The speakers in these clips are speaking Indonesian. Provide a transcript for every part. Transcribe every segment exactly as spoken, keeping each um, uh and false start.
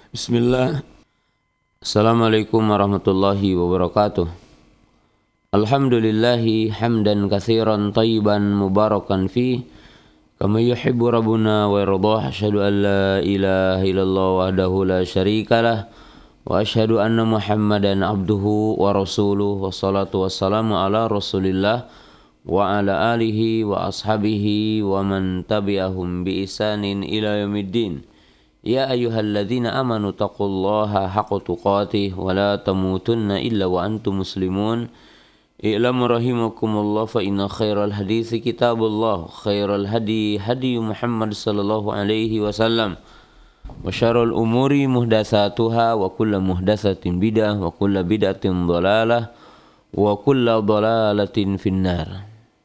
Bismillah. Assalamualaikum warahmatullahi wabarakatuh. Alhamdulillahi hamdan katsiran tayyiban mubarakan fi kama yuhibbu rabbuna wa yardah. Asyhadu an la ilaha illallah wahdahu la syarikalah wa asyhadu anna Muhammadan abduhu wa rasuluh. Wassalatu wassalamu ala Rasulillah wa ala alihi wa ashabihi wa man tabi'ahum bi ihsanin ila yaumiddin. Ya ayyuhalladzina amanu taqullaha haqqa tuqatih wa la tamutunna illa wa antum muslimun. I'lamu rahimakumullah fa inna khairal haditsi kitabullah, khairal hadi hadi Muhammad sallallahu alaihi wasallam. Wa syarrul umuri muhdatsatuha wa kullu muhdatsatin bidah wa kullu bid'atin dhalalah wa kullu dhalalatin finnar.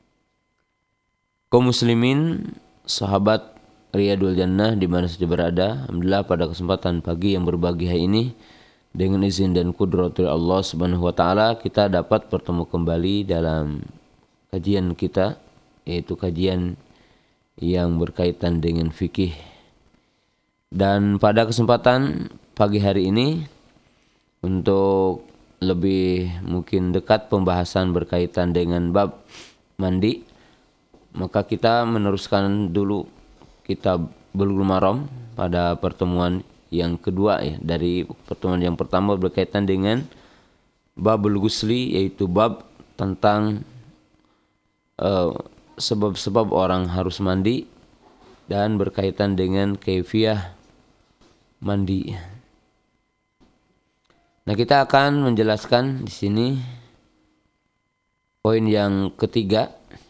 Kaum muslimin, sahabat Riyadul Jannah di mana saja berada, alhamdulillah pada kesempatan pagi yang berbahagia ini dengan izin dan kudratul Allah Subhanahu wa taala kita dapat bertemu kembali dalam kajian kita, yaitu kajian yang berkaitan dengan fikih. Dan pada kesempatan pagi hari ini untuk lebih mungkin dekat pembahasan berkaitan dengan bab mandi, maka kita meneruskan dulu kitab Bulughul Maram pada pertemuan yang kedua ya. Dari pertemuan yang pertama berkaitan dengan Babul Ghusli, yaitu bab tentang uh, sebab-sebab orang harus mandi dan berkaitan dengan kaifiyah mandi. Nah, kita akan menjelaskan di sini poin yang ketiga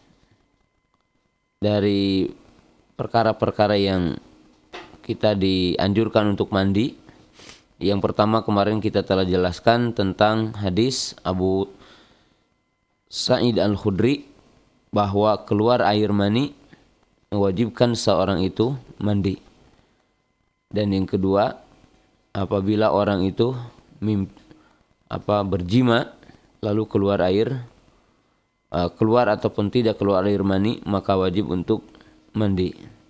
dari perkara-perkara yang kita dianjurkan untuk mandi. Yang pertama kemarin kita telah jelaskan tentang hadis Abu Sa'id Al-Khudri bahwa keluar air mani mewajibkan seorang itu mandi. Dan yang kedua, apabila orang itu mimpi, apa berjima lalu keluar air uh, keluar ataupun tidak keluar air mani, maka wajib untuk mandi.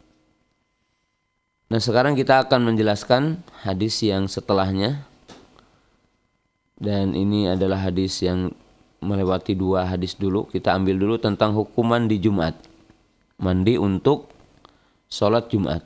Nah, sekarang kita akan menjelaskan hadis yang setelahnya. Dan ini adalah hadis yang melewati dua hadis dulu. Kita ambil dulu tentang hukuman di Jumat. Mandi untuk sholat Jumat.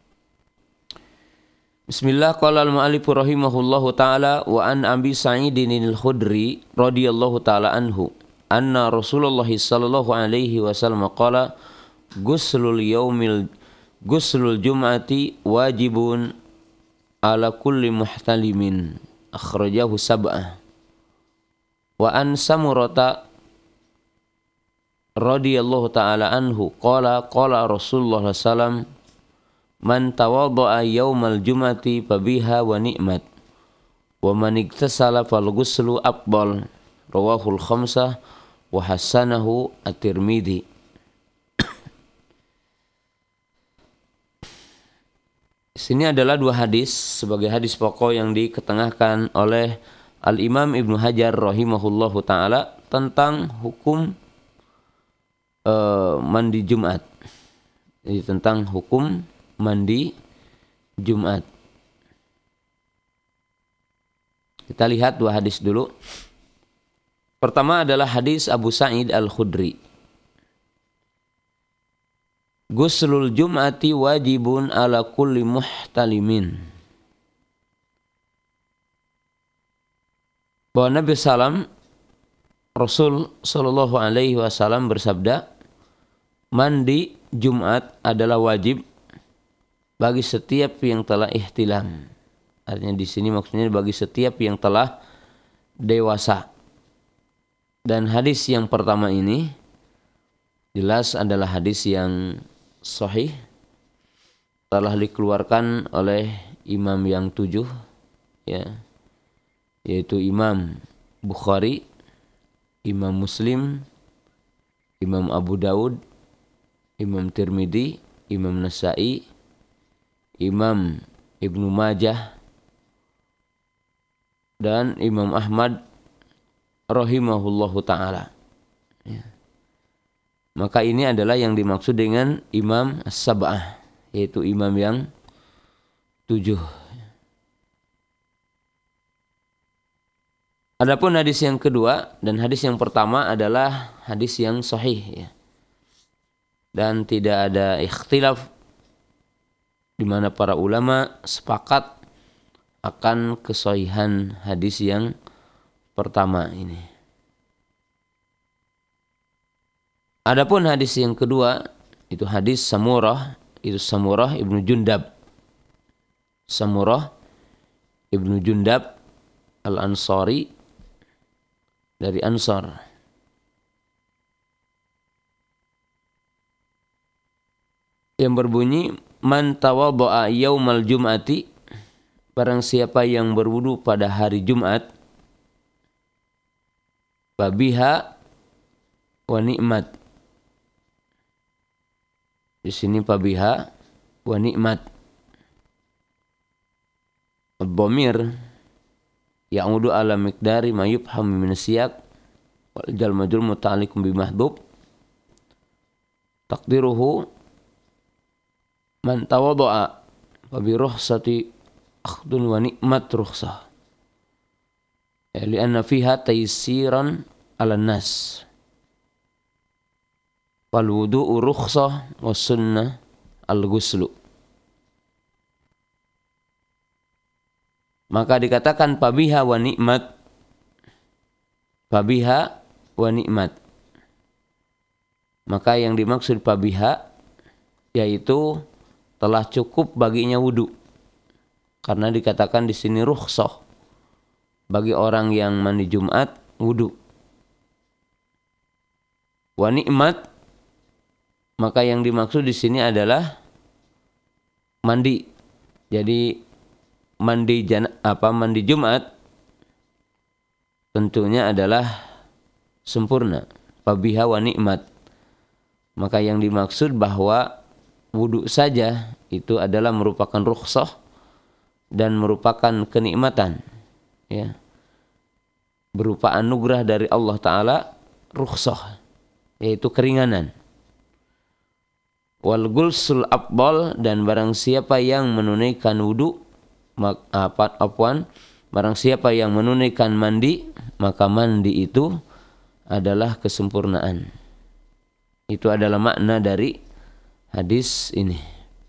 Bismillah, qala al-mu'allifu rahimahullahu ta'ala wa an Abi Sa'idin al-Khudri radhiyallahu ta'ala anhu anna Rasulullah sallallahu alaihi wasallam qala Guslul yaumil Guslul jum'ati wajibun ala kulli muhtalimin, akhrajahu sab'ah. Wa an Samurata radhiyallahu ta'ala anhu qala qala Rasulullah sallallahu alaihi wasallam man tawadda'a yaumal jum'ati fabiha wa ni'mat wa man iktasala fal ghuslu afdal, rawahul khamsah wa hasanahu at-Tirmidzi. Sini adalah dua hadis sebagai hadis pokok yang diketengahkan oleh Al-Imam Ibnu Hajar rahimahullahu ta'ala tentang hukum uh, mandi Jumat. Jadi tentang hukum mandi Jumat. Kita lihat dua hadis dulu. Pertama adalah hadis Abu Sa'id Al-Khudri. Guslul jum'ati wajibun ala kulli muhtalimin. Bahwa Nabi Sallam, Rasul Sallallahu Alaihi Wasallam bersabda, mandi Jumat adalah wajib bagi setiap yang telah ihtilam. Artinya di sini maksudnya bagi setiap yang telah dewasa. Dan hadis yang pertama ini jelas adalah hadis yang sahih, telah dikeluarkan oleh imam yang tujuh, ya, yaitu Imam Bukhari, Imam Muslim, Imam Abu Daud, Imam Tirmidzi, Imam Nasa'i, Imam Ibnu Majah, dan Imam Ahmad rahimahullahu ta'ala. Ya. Maka ini adalah yang dimaksud dengan Imam As-Sab'ah, yaitu imam yang tujuh. Adapun hadis yang kedua dan hadis yang pertama adalah hadis yang sahih ya. Dan tidak ada ikhtilaf di mana para ulama sepakat akan kesahihan hadis yang pertama ini. Adapun hadis yang kedua itu hadis Samurah, itu Samurah ibnu Jundab. Samurah ibnu Jundab al-Ansari dari Ansar. Yang berbunyi, man tawadda'a yaumal jum'ati, barang siapa yang berwudu pada hari Jumat, fabiha wa ni'mat. Di sini fabiha wa ni'mat. Ad-dhamir ya'udu ala miqdari ma yufham min siyaq wal jal majrur muta'alliqun bi mahdhuf taqdiruhu man tawadda'a fa bi rukhsati akhdun wa ni'mat rukhsah ya li'anna fiha taysiran 'ala nas wal wudu'u rukhsah was sunnah al-ghuslu. Maka dikatakan fabiha wa ni'mat, fabiha wa ni'mat. Maka yang dimaksud fabiha yaitu telah cukup baginya wudu. Karena dikatakan di sini rukhsah bagi orang yang mandi Jumat wudu. Wa ni'mat, maka yang dimaksud di sini adalah mandi. Jadi mandi jan, apa mandi Jumat tentunya adalah sempurna. Fabiha wa ni'mat. Maka yang dimaksud bahwa wudu saja itu adalah merupakan rukhsah dan merupakan kenikmatan ya. Berupa anugerah dari Allah Ta'ala, rukhsah yaitu keringanan. Wal ghusl afdal, dan barang siapa yang menunaikan wudu apa apaan barang siapa yang menunaikan mandi, maka mandi itu adalah kesempurnaan. Itu adalah makna dari hadis ini.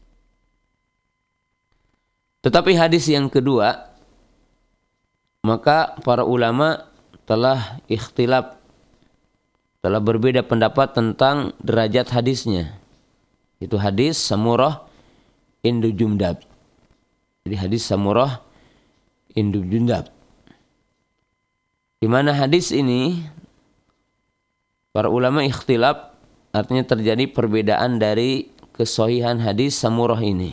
Tetapi hadis yang kedua, maka para ulama telah ikhtilaf, telah berbeda pendapat tentang derajat hadisnya. Itu hadis Samurah ibnu Jundab. Jadi hadis Samurah ibnu Jundab. Di mana hadis ini para ulama ikhtilaf, artinya terjadi perbedaan dari kesahihan hadis Samurah ini.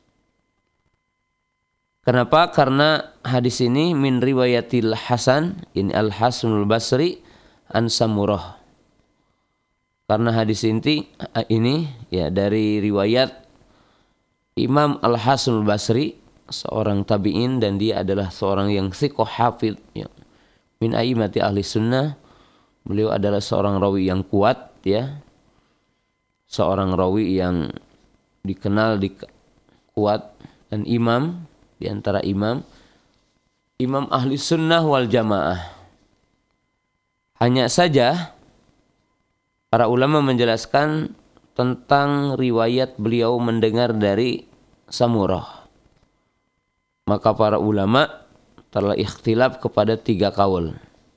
Kenapa? Karena hadis ini min riwayatil Hasan, ini Al-Hasanul Basri an Samurah. Karena hadis ini ini ya dari riwayat Imam Al-Hasanul Basri, seorang tabi'in, dan dia adalah seorang yang thiqah hafidh ya. Min a'immati ahli sunnah. Beliau adalah seorang rawi yang kuat ya. Seorang rawi yang dikenal di kuat dan imam di antara imam imam ahli sunnah wal jamaah. Hanya saja para ulama menjelaskan tentang riwayat beliau mendengar dari Samurah. Maka para ulama telah ikhtilaf kepada tiga kaul.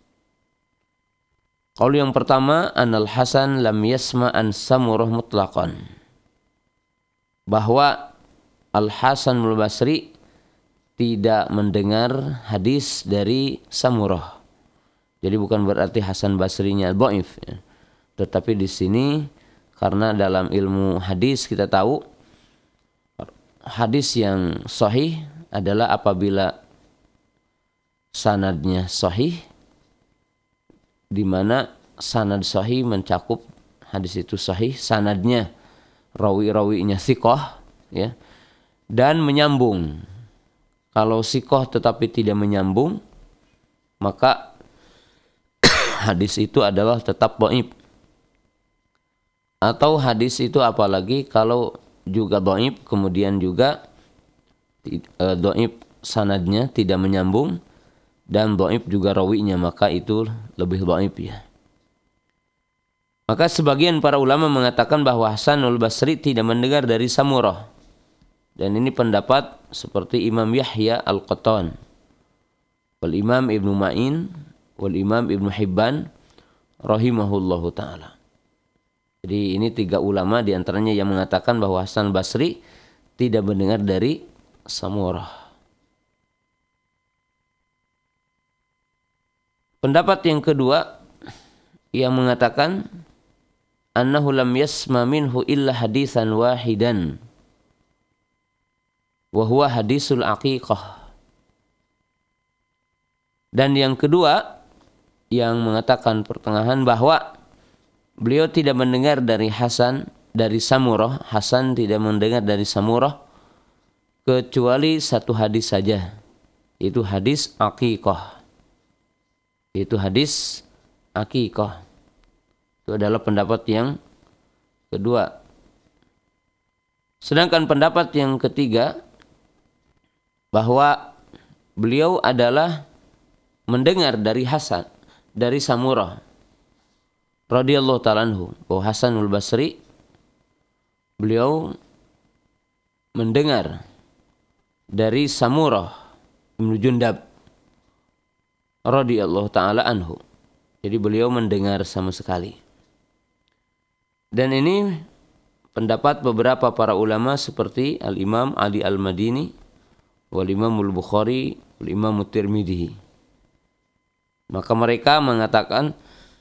Kaul yang pertama, Anal Hasan lam yasma an Samurah mutlaqan. Bahwa Al-Hasan al-Basri tidak mendengar hadis dari Samurah. Jadi bukan berarti Hasan Basrinya dhaif ya. Tetapi di sini karena dalam ilmu hadis kita tahu hadis yang sahih adalah apabila sanadnya sahih, di mana sanad sahih mencakup hadis itu sahih, sanadnya rawi-rawinya thiqah ya, dan menyambung. Kalau thiqah tetapi tidak menyambung, maka hadis itu adalah tetap dhaif. Atau hadis itu apalagi kalau juga dhaif kemudian juga dhaif sanadnya tidak menyambung, dan dhaif juga rawinya, maka itu lebih dhaif ya. Maka sebagian para ulama mengatakan bahwa Hasanul Basri tidak mendengar dari Samurah. Dan ini pendapat seperti Imam Yahya Al-Qattan, wal Imam Ibnu Ma'in, wal Imam Ibnu Hibban rahimahullahu ta'ala. Jadi ini tiga ulama diantaranya yang mengatakan bahwa Hasan Basri tidak mendengar dari Samurah. Pendapat yang kedua yang mengatakan annahu lam yasma minhu illa hadisan wahidan wa huwa hadisul aqiqah. Dan yang kedua yang mengatakan pertengahan bahwa beliau tidak mendengar dari Hasan dari Samurah, Hasan tidak mendengar dari Samurah kecuali satu hadis saja, yaitu hadis aqiqah. Yaitu hadis aqiqah. Itu adalah pendapat yang kedua. Sedangkan pendapat yang ketiga bahwa beliau adalah mendengar dari Hasan, dari Samurah radhiyallahu ta'ala anhu, bahwa Hasanul Basri beliau mendengar dari Samurah Ibnu Jundab radhiyallahu ta'ala anhu. Jadi beliau mendengar sama sekali. Dan ini pendapat beberapa para ulama seperti Al-Imam Ali Al-Madini, wal Imam Al-Bukhari, wal Imam At-Tirmidzi. Maka mereka mengatakan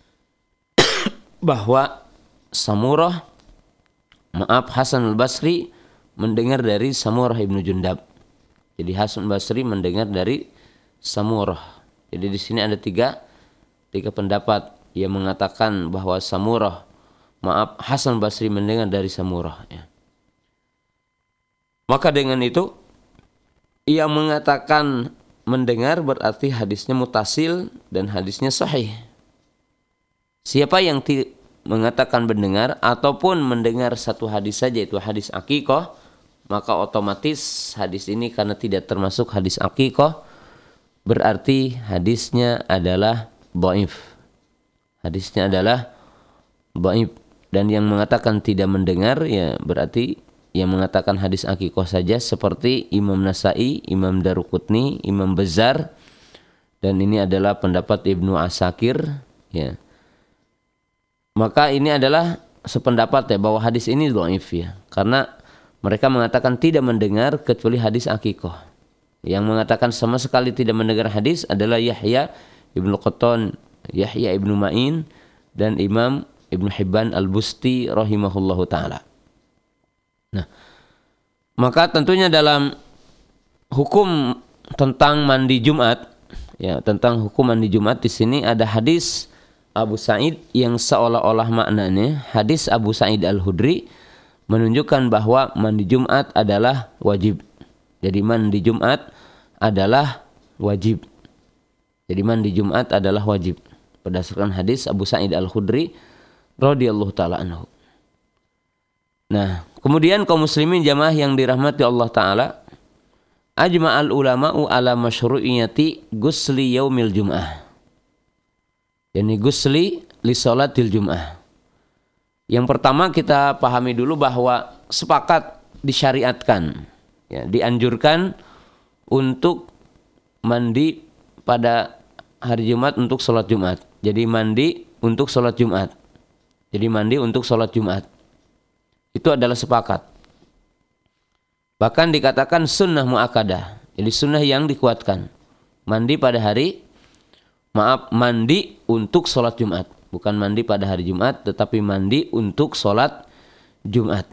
bahwa Samurah, maaf Hasan Al-Basri mendengar dari Samurah Ibnu Jundab. Jadi Hasan Al-Basri mendengar dari Samurah. Jadi di sini ada tiga tiga pendapat yang mengatakan bahwa Samurah, maaf Hasan Basri mendengar dari Samurah ya. Maka dengan itu ia mengatakan mendengar berarti hadisnya mutasil dan hadisnya sahih. Siapa yang ti- mengatakan mendengar ataupun mendengar satu hadis saja, itu hadis aqiqah, maka otomatis hadis ini karena tidak termasuk hadis aqiqah berarti hadisnya adalah dhaif. Hadisnya adalah dhaif. Dan yang mengatakan tidak mendengar ya berarti yang mengatakan hadis aqiqah saja seperti Imam Nasai, Imam Daruqutni, Imam Bazzar, dan ini adalah pendapat Ibnu Asakir ya. Maka ini adalah sependapat ya bahwa hadis ini dhaif ya, karena mereka mengatakan tidak mendengar kecuali hadis aqiqah. Yang mengatakan sama sekali tidak mendengar hadis adalah Yahya Ibnu Qattan, Yahya Ibnu Ma'in, dan Imam Ibnu Hibban Al-Busti rahimahullahu ta'ala. Nah, maka tentunya dalam hukum tentang mandi Jumat, ya tentang hukum mandi Jumat di sini ada hadis Abu Sa'id yang seolah-olah maknanya hadis Abu Sa'id Al-Khudri menunjukkan bahwa mandi Jumat adalah wajib. Jadi mandi Jumat adalah wajib. Jadi mandi Jumat adalah wajib berdasarkan hadis Abu Sa'id Al-Khudri radhiyallahu ta'ala anhu. Nah, kemudian kaum muslimin jamaah yang dirahmati Allah Ta'ala, ajma'al ulama'u ala masyru'iyati gusli yaumil jum'ah. Yani gusli li sholatil jum'ah. Yang pertama kita pahami dulu bahwa sepakat disyariatkan, ya, dianjurkan untuk mandi pada hari Jumat untuk sholat Jumat. Jadi mandi untuk sholat Jumat. Jadi mandi untuk sholat Jumat. Itu adalah sepakat. Bahkan dikatakan sunnah mu'akadah. Jadi sunnah yang dikuatkan. Mandi pada hari, maaf, mandi untuk sholat Jumat. Bukan mandi pada hari Jumat, tetapi mandi untuk sholat Jumat.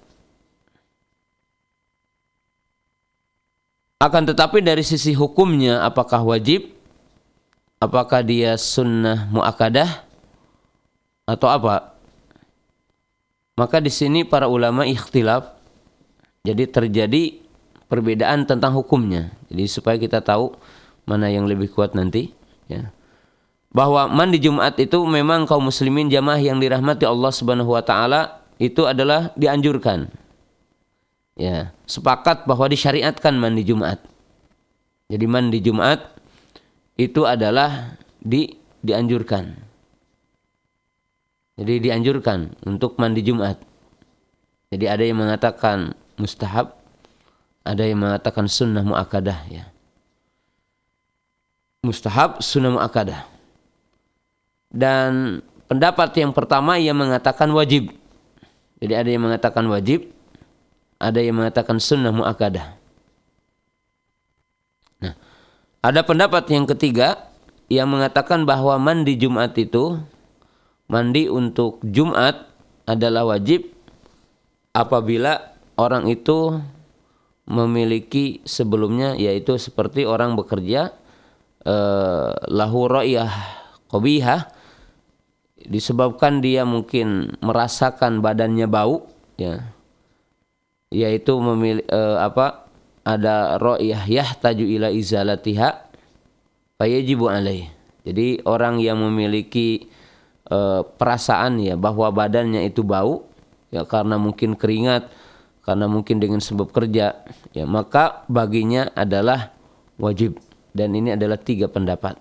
Akan tetapi dari sisi hukumnya, apakah wajib? Apakah dia sunnah mu'akadah? Atau apa? Maka di sini para ulama ikhtilaf. Jadi terjadi perbedaan tentang hukumnya. Jadi supaya kita tahu mana yang lebih kuat nanti, ya. Bahwa mandi Jumat itu memang kaum muslimin jamaah yang dirahmati Allah Subhanahu wa taala itu adalah dianjurkan. Ya, sepakat bahwa disyariatkan mandi Jumat. Jadi mandi Jumat itu adalah di dianjurkan. Jadi dianjurkan untuk mandi Jumat. Jadi ada yang mengatakan mustahab, ada yang mengatakan sunnah muakkadah ya. Mustahab, sunnah muakkadah. Dan pendapat yang pertama yang mengatakan wajib. Jadi ada yang mengatakan wajib, ada yang mengatakan sunnah muakkadah. Nah, ada pendapat yang ketiga yang mengatakan bahwa mandi Jumat itu, mandi untuk Jumat adalah wajib apabila orang itu memiliki sebelumnya, yaitu seperti orang bekerja eh, lahu ra'yah qabihah, disebabkan dia mungkin merasakan badannya bau ya, yaitu memilih eh, apa ada ra'yah yahtaju ila izalatiha fayajibu alaih. Jadi orang yang memiliki eh, perasaan ya bahwa badannya itu bau ya, karena mungkin keringat, karena mungkin dengan sebab kerja ya, maka baginya adalah wajib. Dan ini adalah tiga pendapat.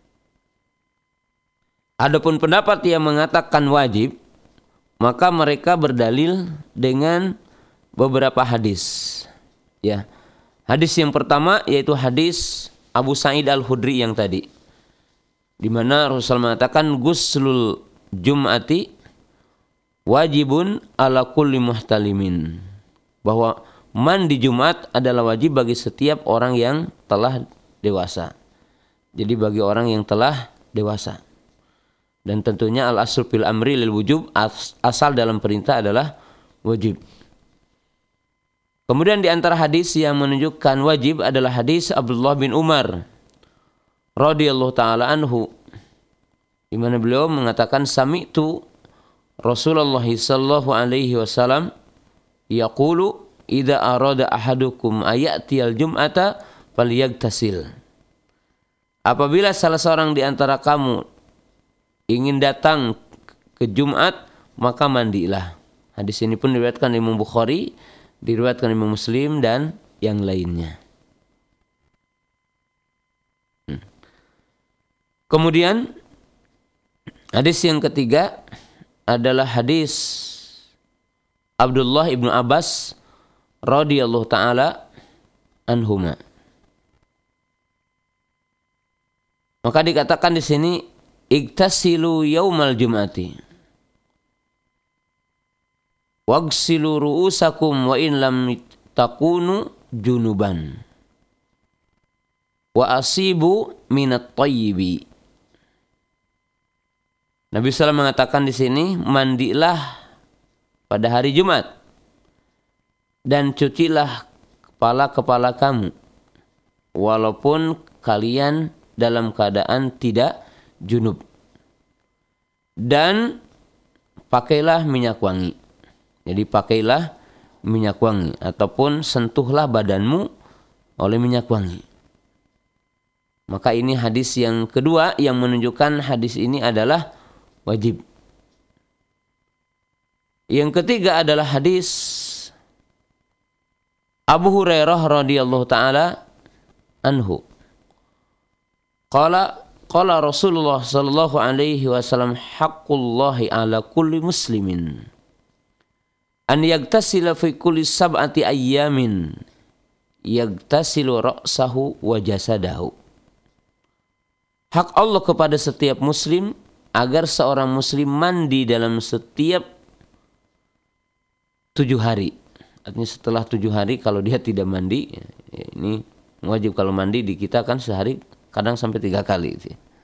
Adapun pendapat yang mengatakan wajib, maka mereka berdalil dengan beberapa hadis. Ya. Hadis yang pertama yaitu hadis Abu Sa'id Al-Khudri yang tadi, di mana Rasulullah mengatakan guslul jum'ati wajibun ala kulli muhtalimin, bahwa mandi Jumat adalah wajib bagi setiap orang yang telah dewasa. Jadi bagi orang yang telah dewasa. Dan tentunya al-asl fil amri lil wujub, asal dalam perintah adalah wajib. Kemudian di antara hadis yang menunjukkan wajib adalah hadis Abdullah bin Umar radhiyallahu taala anhu, di mana beliau mengatakan sami'tu Rasulullah sallallahu alaihi wasallam yaqulu idza arada ahadukum ayatiyal jum'ata falyagtasil. Apabila salah seorang di antara kamu ingin datang ke Jumat, maka mandilah. Hadis ini pun diriwayatkan Imam Bukhari, diriwayatkan Imam Muslim dan yang lainnya. Hmm. Kemudian hadis yang ketiga adalah hadis Abdullah ibnu Abbas radhiyallahu taala anhuma. Maka dikatakan di sini iktasilu yaumal jum'ati wagsilu ru'usakum wa in lam takunu junuban wa asibu minat thayyibi. Nabi sallallahu alaihi wasallam mengatakan di sini, mandilah pada hari Jumat dan cucilah kepala-kepala kamu walaupun kalian dalam keadaan tidak junub, dan pakailah minyak wangi. Jadi pakailah minyak wangi ataupun sentuhlah badanmu oleh minyak wangi. Maka ini hadis yang kedua yang menunjukkan hadis ini adalah wajib. Yang ketiga adalah hadis Abu Hurairah radhiyallahu taala anhu. Qala qala Rasulullah sallallahu alaihi wasallam haqqullahi ala kulli muslimin an yagtasila fi kulli sab'ati ayyamin yagtasilu ra'sahu wa jasadahu. Hak Allah kepada setiap muslim agar seorang muslim mandi dalam setiap tujuh hari. Artinya setelah tujuh hari kalau dia tidak mandi, ya ini wajib. Kalau mandi di kita kan sehari kadang sampai tiga kali.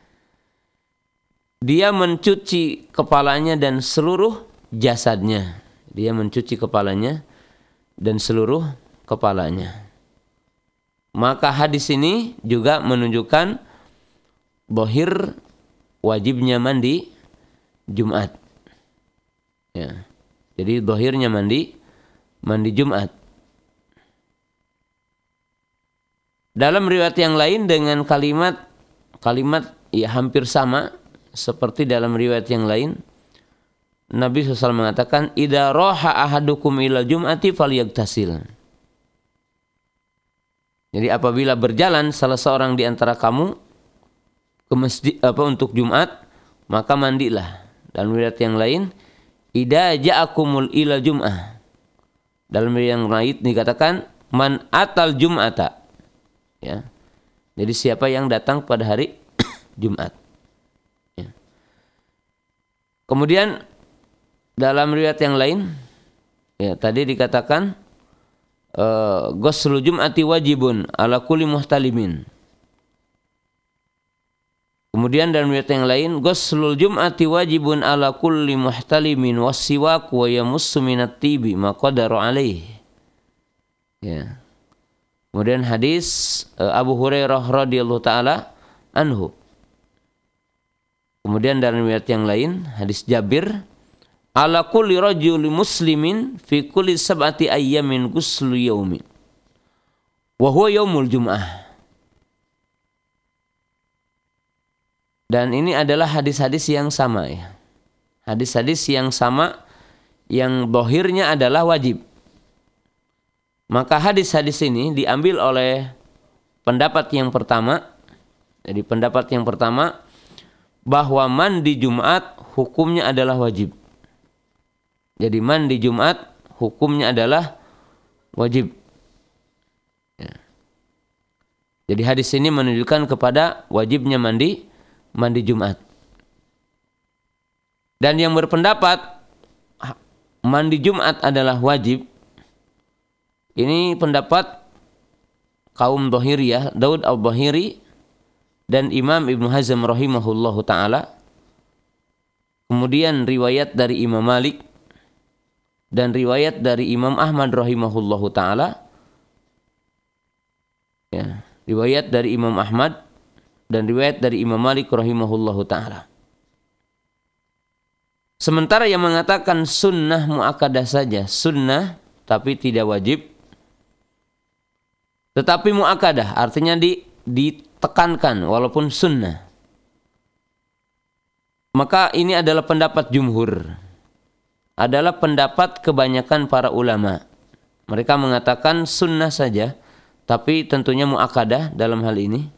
Dia mencuci kepalanya dan seluruh jasadnya. Dia mencuci kepalanya dan seluruh kepalanya. Maka hadis ini juga menunjukkan bohir wajibnya mandi Jumat. Ya. Jadi bohirnya mandi mandi Jumat. Dalam riwayat yang lain dengan kalimat kalimat ya hampir sama seperti dalam riwayat yang lain, Nabi shallallahu alaihi wasallam mengatakan idza raha ahadukum ilal jum'ati falyagtasil. Jadi apabila berjalan salah seorang di antara kamu ke masjid apa untuk Jumat, maka mandilah. Dalam riwayat yang lain, idza ja'akumul ila jum'ah. Dalam riwayat yang lain dikatakan man atal jum'ata. Ya. Jadi siapa yang datang pada hari Jumat. Ya. Kemudian dalam riwayat yang lain, ya tadi dikatakan uh, ghuslul jum'ati wajibun ala kulli muhtalimin. Kemudian dalam riwayat yang lain, ghuslul jum'ati wajibun ala kulli muhtalimin wassiwak wa yamussu minat tibi ma qadara alaih. Ya. Kemudian hadis uh, Abu Hurairah radhiyallahu taala anhu. Kemudian dalam riwayat yang lain, hadis Jabir, ala kulli rajuli muslimin fi kulli sab'ati ayyamin ghuslu yaumin wa huwa yaumul jum'ah. Dan ini adalah hadis-hadis yang sama ya. Hadis-hadis yang sama yang zahirnya adalah wajib. Maka hadis-hadis ini diambil oleh pendapat yang pertama. Jadi pendapat yang pertama bahwa mandi Jumat hukumnya adalah wajib. Jadi mandi Jumat hukumnya adalah wajib. Ya. Jadi hadis ini menunjukkan kepada wajibnya mandi mandi Jumat. Dan yang berpendapat mandi Jumat adalah wajib, ini pendapat kaum Dhahiriyah, Daud al-Dhahiri dan Imam Ibnu Hazm rahimahullahu ta'ala. Kemudian riwayat dari Imam Malik dan riwayat dari Imam Ahmad rahimahullahu ta'ala. Ya, riwayat dari Imam Ahmad dan riwayat dari Imam Malik rahimahullahu ta'ala. Sementara yang mengatakan sunnah mu'akkadah saja, sunnah tapi tidak wajib, tetapi mu'akkadah artinya di, ditekankan walaupun sunnah. Maka ini adalah pendapat jumhur, adalah pendapat kebanyakan para ulama. Mereka mengatakan sunnah saja, tapi tentunya mu'akkadah dalam hal ini.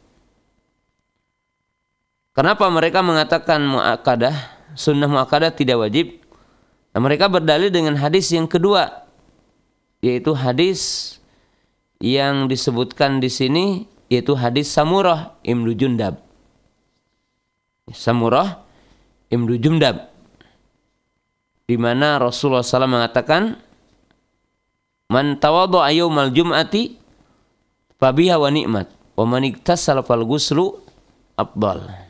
Kenapa mereka mengatakan mu'akkadah, sunnah mu'akkadah tidak wajib? Nah, mereka berdalil dengan hadis yang kedua, yaitu hadis yang disebutkan di sini, yaitu hadis Samurah ibnu Jundab. Samurah ibnu Jundab, di mana Rasulullah shallallahu alaihi wasallam mengatakan, man tawadha'a yaumal jum'ati fabiha wa ni'mat wa man iktasala fal ghuslu afdal.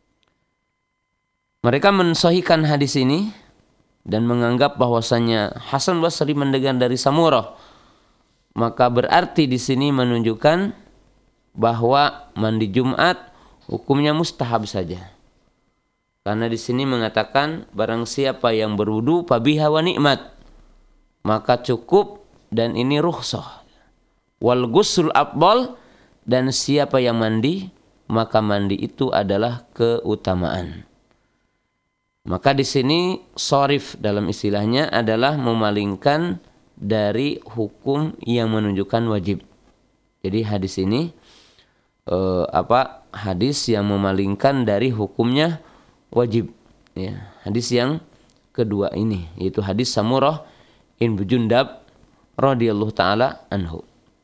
Mereka mensahihkan hadis ini dan menganggap bahwasanya Hasan Basri mendengar dari Samurah. Maka berarti di sini menunjukkan bahwa mandi Jumat hukumnya mustahab saja. Karena di sini mengatakan barang siapa yang berwudu fabiha wa ni'mat, maka cukup dan ini rukhsah. Wal ghusl afdal, dan siapa yang mandi maka mandi itu adalah keutamaan. Maka di sini sharif dalam istilahnya adalah memalingkan dari hukum yang menunjukkan wajib. Jadi hadis ini eh, apa hadis yang memalingkan dari hukumnya wajib. Ya, hadis yang kedua ini yaitu hadis Samurah ibnu Jundab radhiyallahu taala anhu.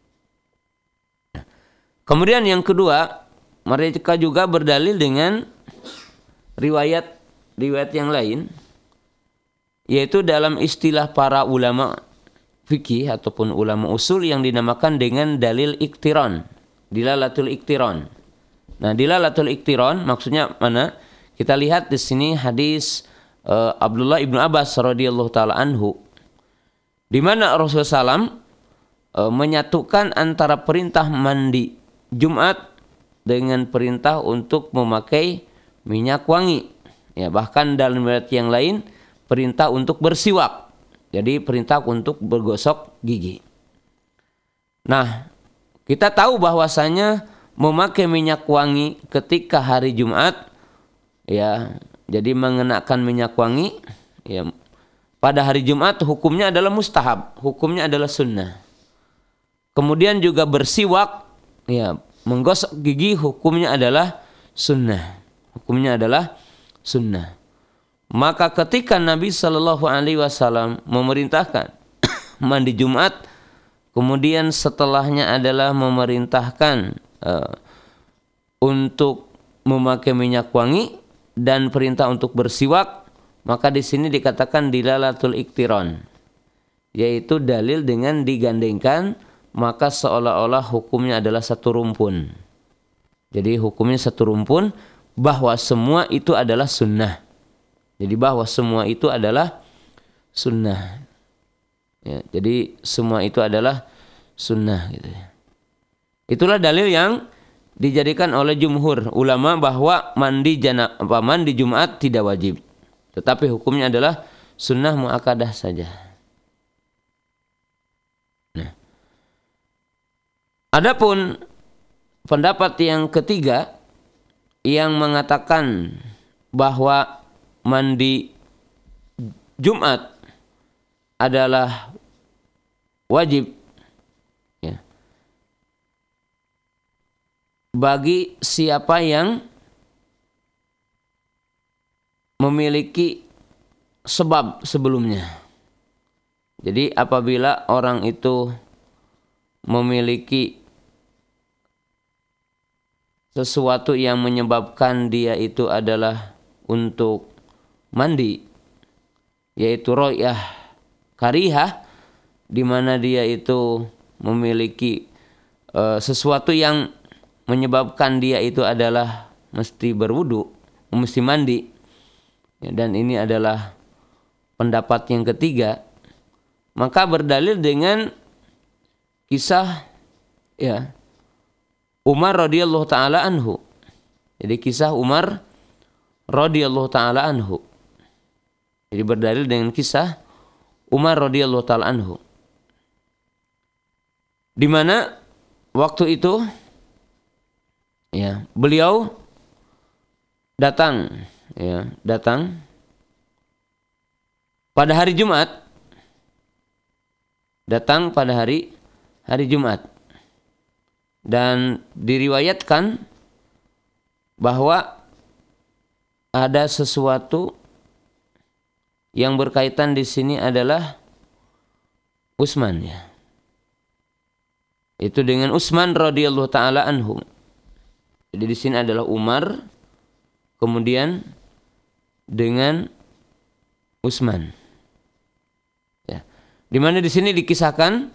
Kemudian yang kedua, mereka juga berdalil dengan riwayat riwayat yang lain, yaitu dalam istilah para ulama fikih ataupun ulama usul yang dinamakan dengan dalil iktiron, dilalatul iktiron. Nah, dilalatul iktiron maksudnya mana? Kita lihat di sini hadis uh, Abdullah ibnu Abbas radhiyallahu taala anhu, di mana Rasulullah shallallahu alaihi wasallam uh, menyatukan antara perintah mandi Jumat dengan perintah untuk memakai minyak wangi. Ya, bahkan dalam riwayat yang lain perintah untuk bersiwak. Jadi perintah untuk bergosok gigi. Nah, kita tahu bahwasanya memakai minyak wangi ketika hari Jumat, ya, jadi mengenakan minyak wangi, ya, pada hari Jumat hukumnya adalah mustahab, hukumnya adalah sunnah. Kemudian juga bersiwak, ya, menggosok gigi hukumnya adalah sunnah. Hukumnya adalah sunnah. Maka ketika Nabi Shallallahu Alaihi Wasallam memerintahkan mandi Jumat, kemudian setelahnya adalah memerintahkan uh, untuk memakai minyak wangi dan perintah untuk bersiwak, maka di sini dikatakan dilalatul iktiron, yaitu dalil dengan digandengkan, maka seolah-olah hukumnya adalah satu rumpun. Jadi hukumnya satu rumpun, bahwa semua itu adalah sunnah. Jadi bahwa semua itu adalah sunnah. Ya, jadi semua itu adalah sunnah gitu ya. Itulah dalil yang dijadikan oleh jumhur ulama bahwa mandi jana, apa, mandi Jumat tidak wajib. Tetapi hukumnya adalah sunnah muakkadah saja. Nah. Adapun pendapat yang ketiga yang mengatakan bahwa mandi Jumat adalah wajib ya, bagi siapa yang memiliki sebab sebelumnya. Jadi apabila orang itu memiliki sesuatu yang menyebabkan dia itu adalah untuk mandi, yaitu ro'yah karihah, di mana dia itu memiliki uh, sesuatu yang menyebabkan dia itu adalah mesti berwudu, mesti mandi. Ya, dan ini adalah pendapat yang ketiga. Maka berdalil dengan kisah ya Umar radhiyallahu taala anhu. Jadi kisah Umar radhiyallahu taala anhu. Jadi berdalil dengan kisah Umar radhiyallahu taala anhu. Di mana waktu itu ya, beliau datang ya, datang pada hari Jumat. Datang pada hari hari Jumat. Dan diriwayatkan bahwa ada sesuatu yang berkaitan di sini adalah Utsman ya. Itu dengan Utsman radhiyallahu taala anhu. Jadi di sini adalah Umar, kemudian dengan Utsman. Ya. Di mana di sini dikisahkan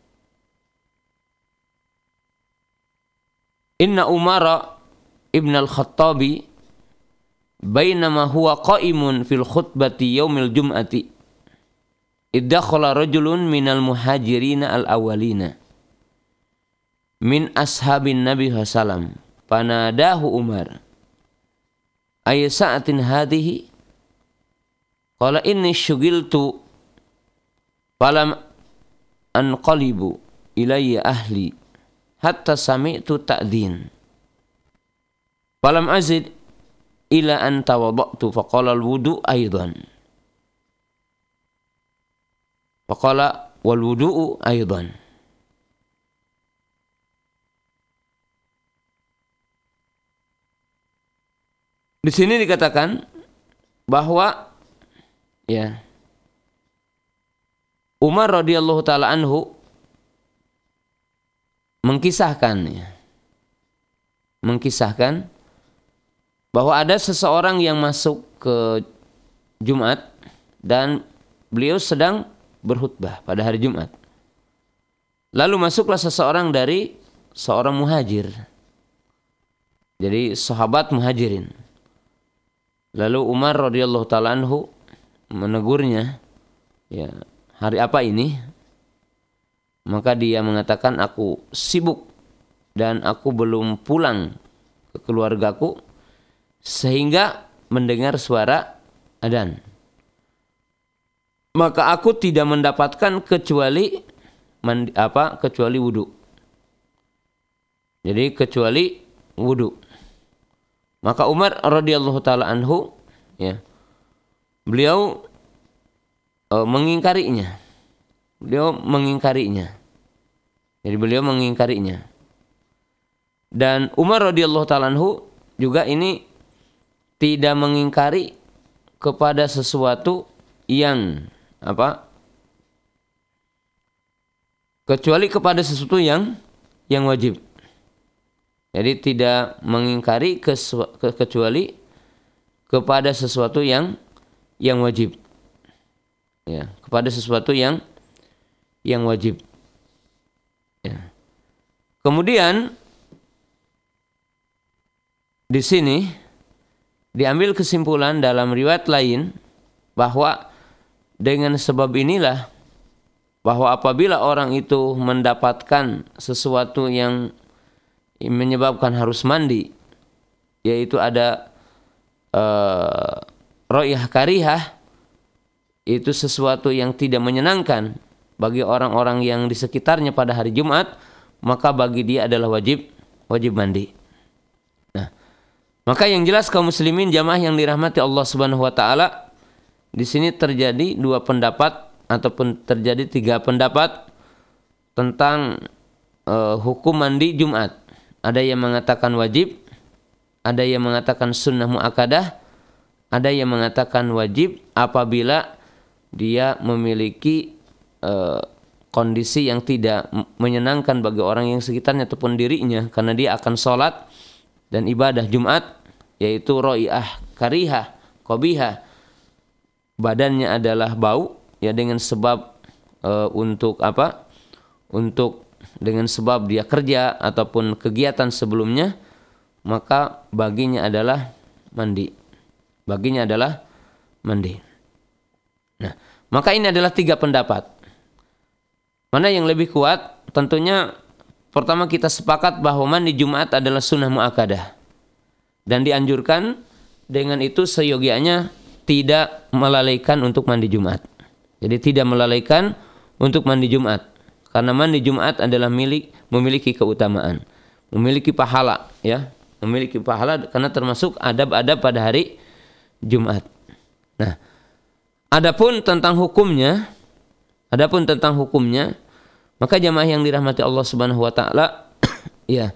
Inna Umar ibn al-Khattabi bainama huwa qa'imun fil khutbati yaumil jum'ati iddakhala rajulun minal muhajirina al-awwalina min ashabin Nabi sallallahu alaihi wasallam fanadahu Umar ay sa'atin hadhihi qala inni syugiltu falam anqalibu ilayya ahli hatta sami'tu ta'dhin falam azid ila an tawadda'tu faqala al-wudu' aidan faqala wal wudu'u aidan. Di sini dikatakan bahwa ya Umar radhiyallahu taala anhu mengkisahkan ya, mengkisahkan bahwa ada seseorang yang masuk ke Jumat dan beliau sedang berkhutbah pada hari Jumat. Lalu masuklah seseorang dari seorang muhajir. Jadi sahabat muhajirin. Lalu Umar radhiyallahu taala anhu menegurnya, ya, hari apa ini? Maka dia mengatakan, aku sibuk dan aku belum pulang ke keluargaku sehingga mendengar suara adzan. Maka aku tidak mendapatkan kecuali mandi, apa kecuali wudu. Jadi kecuali wudu. Maka Umar radhiyallahu taala anhu ya, beliau e, mengingkarinya. Beliau mengingkarinya. Jadi beliau mengingkarinya. Dan Umar radhiyallahu taala anhu juga ini tidak mengingkari kepada sesuatu yang apa? Kecuali kepada sesuatu yang yang wajib. Jadi tidak mengingkari kesu, ke, kecuali kepada sesuatu yang yang wajib. Ya, kepada sesuatu yang yang wajib. Ya. Kemudian di sini diambil kesimpulan dalam riwayat lain bahwa dengan sebab inilah bahwa apabila orang itu mendapatkan sesuatu yang menyebabkan harus mandi, yaitu ada uh, ro'yah karihah, itu sesuatu yang tidak menyenangkan bagi orang-orang yang di sekitarnya pada hari Jumat, maka bagi dia adalah wajib wajib mandi. Nah, maka yang jelas kaum muslimin jamaah yang dirahmati Allah Subhanahu wa taala, di sini terjadi dua pendapat ataupun terjadi tiga pendapat tentang uh, hukum mandi Jumat. Ada yang mengatakan wajib, ada yang mengatakan sunnah muakkadah, ada yang mengatakan wajib apabila dia memiliki uh, kondisi yang tidak menyenangkan bagi orang yang sekitarnya ataupun dirinya, karena dia akan sholat dan ibadah Jumat, yaitu ro'iyah karihah, qabihah, badannya adalah bau, ya dengan sebab uh, untuk apa? Untuk dengan sebab dia kerja ataupun kegiatan sebelumnya, maka baginya adalah mandi. Baginya adalah mandi. Nah, maka ini adalah tiga pendapat. Mana yang lebih kuat? Tentunya pertama kita sepakat bahwa mandi Jumat adalah sunnah muakkadah. Dan dianjurkan dengan itu seyogianya tidak melalaikan untuk mandi Jumat. Jadi tidak melalaikan untuk mandi Jumat. Karena mandi Jumat adalah milik memiliki keutamaan, memiliki pahala, ya, memiliki pahala karena termasuk adab-adab pada hari Jumat. Nah, adapun tentang hukumnya, adapun tentang hukumnya, maka jamaah yang dirahmati Allah Subhanahu wa taala, ya,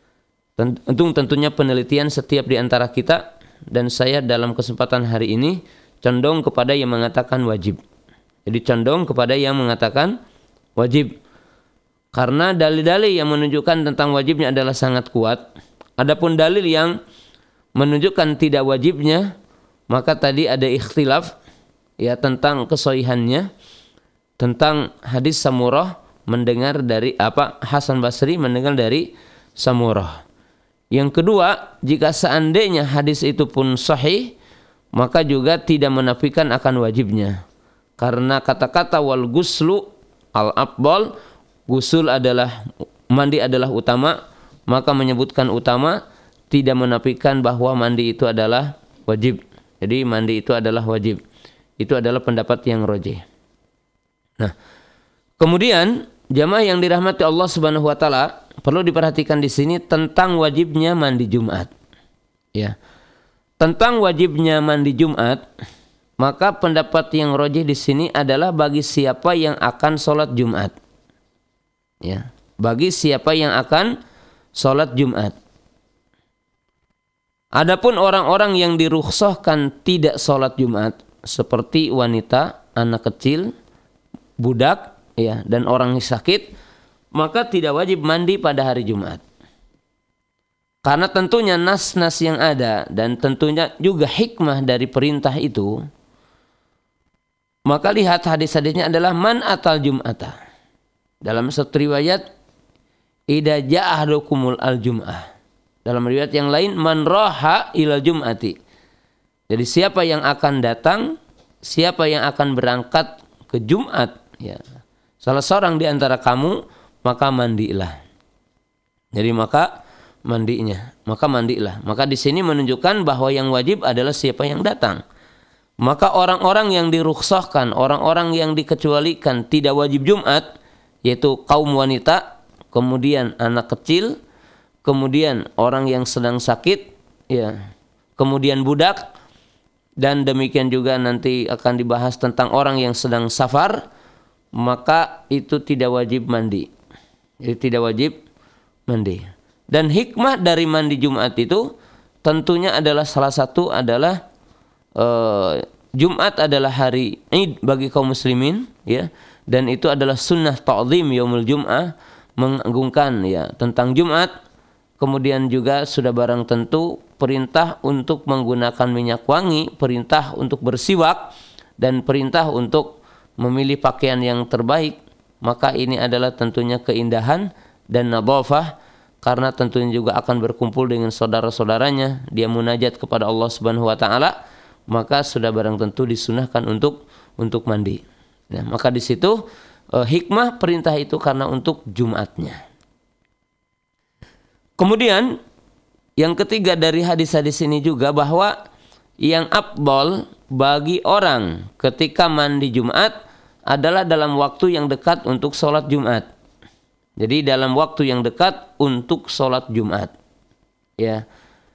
tentu tentunya penelitian setiap di antara kita dan saya dalam kesempatan hari ini condong kepada yang mengatakan wajib. Jadi condong kepada yang mengatakan wajib. Karena dalil-dalil yang menunjukkan tentang wajibnya adalah sangat kuat. Adapun dalil yang menunjukkan tidak wajibnya, maka tadi ada ikhtilaf ya tentang kesohihannya, tentang hadis Samurah mendengar dari apa Hasan Basri mendengar dari Samurah. Yang kedua, jika seandainya hadis itu pun sahih, maka juga tidak menafikan akan wajibnya. Karena kata-kata wal guslu al afdal, gusul adalah mandi adalah utama, maka menyebutkan utama tidak menafikan bahwa mandi itu adalah wajib. Jadi mandi itu adalah wajib. Itu adalah pendapat yang rajih. Nah, kemudian jamaah yang dirahmati Allah Subhanahu wa taala, perlu diperhatikan di sini tentang wajibnya mandi Jumat. Ya. Tentang wajibnya mandi Jumat, maka pendapat yang rajih di sini adalah bagi siapa yang akan sholat Jumat. Ya, bagi siapa yang akan sholat Jumat. Adapun orang-orang yang dirukhsahkan tidak sholat Jumat, seperti wanita, anak kecil, budak, ya, dan orang sakit, maka tidak wajib mandi pada hari Jumat. Karena tentunya nas-nas yang ada dan tentunya juga hikmah dari perintah itu, maka lihat hadis-hadisnya adalah man atal Jum'ata. Dalam satu riwayat, idza ja'a ahadukumul al-jum'ah. Dalam riwayat yang lain, man raha ilal jum'ati. Jadi siapa yang akan datang, siapa yang akan berangkat ke Jumat, ya, salah seorang di antara kamu, maka mandilah. Jadi maka mandinya, maka mandilah. Maka di sini menunjukkan bahwa yang wajib adalah siapa yang datang. Maka orang-orang yang dirukhsahkan, orang-orang yang dikecualikan tidak wajib Jumat, yaitu kaum wanita, kemudian anak kecil, kemudian orang yang sedang sakit, ya, kemudian budak, dan demikian juga nanti akan dibahas tentang orang yang sedang safar, maka itu tidak wajib mandi. Jadi tidak wajib mandi. Dan hikmah dari mandi Jumat itu tentunya adalah salah satu adalah uh, Jumat adalah hari Id bagi kaum muslimin, ya, dan itu adalah sunnah ta'zim yaumul Jum'ah, mengagungkan ya tentang Jumat. Kemudian juga sudah barang tentu perintah untuk menggunakan minyak wangi, perintah untuk bersiwak, dan perintah untuk memilih pakaian yang terbaik. Maka ini adalah tentunya keindahan dan nadhafah, karena tentunya juga akan berkumpul dengan saudara-saudaranya, dia munajat kepada Allah Subhanahu wa taala, maka sudah barang tentu disunahkan untuk untuk mandi. Nah, maka di situ eh, hikmah perintah itu karena untuk Jumatnya. Kemudian yang ketiga dari hadis-hadis ini juga bahwa yang afdal bagi orang ketika mandi Jumat adalah dalam waktu yang dekat untuk sholat Jumat. Jadi dalam waktu yang dekat untuk sholat Jumat, ya.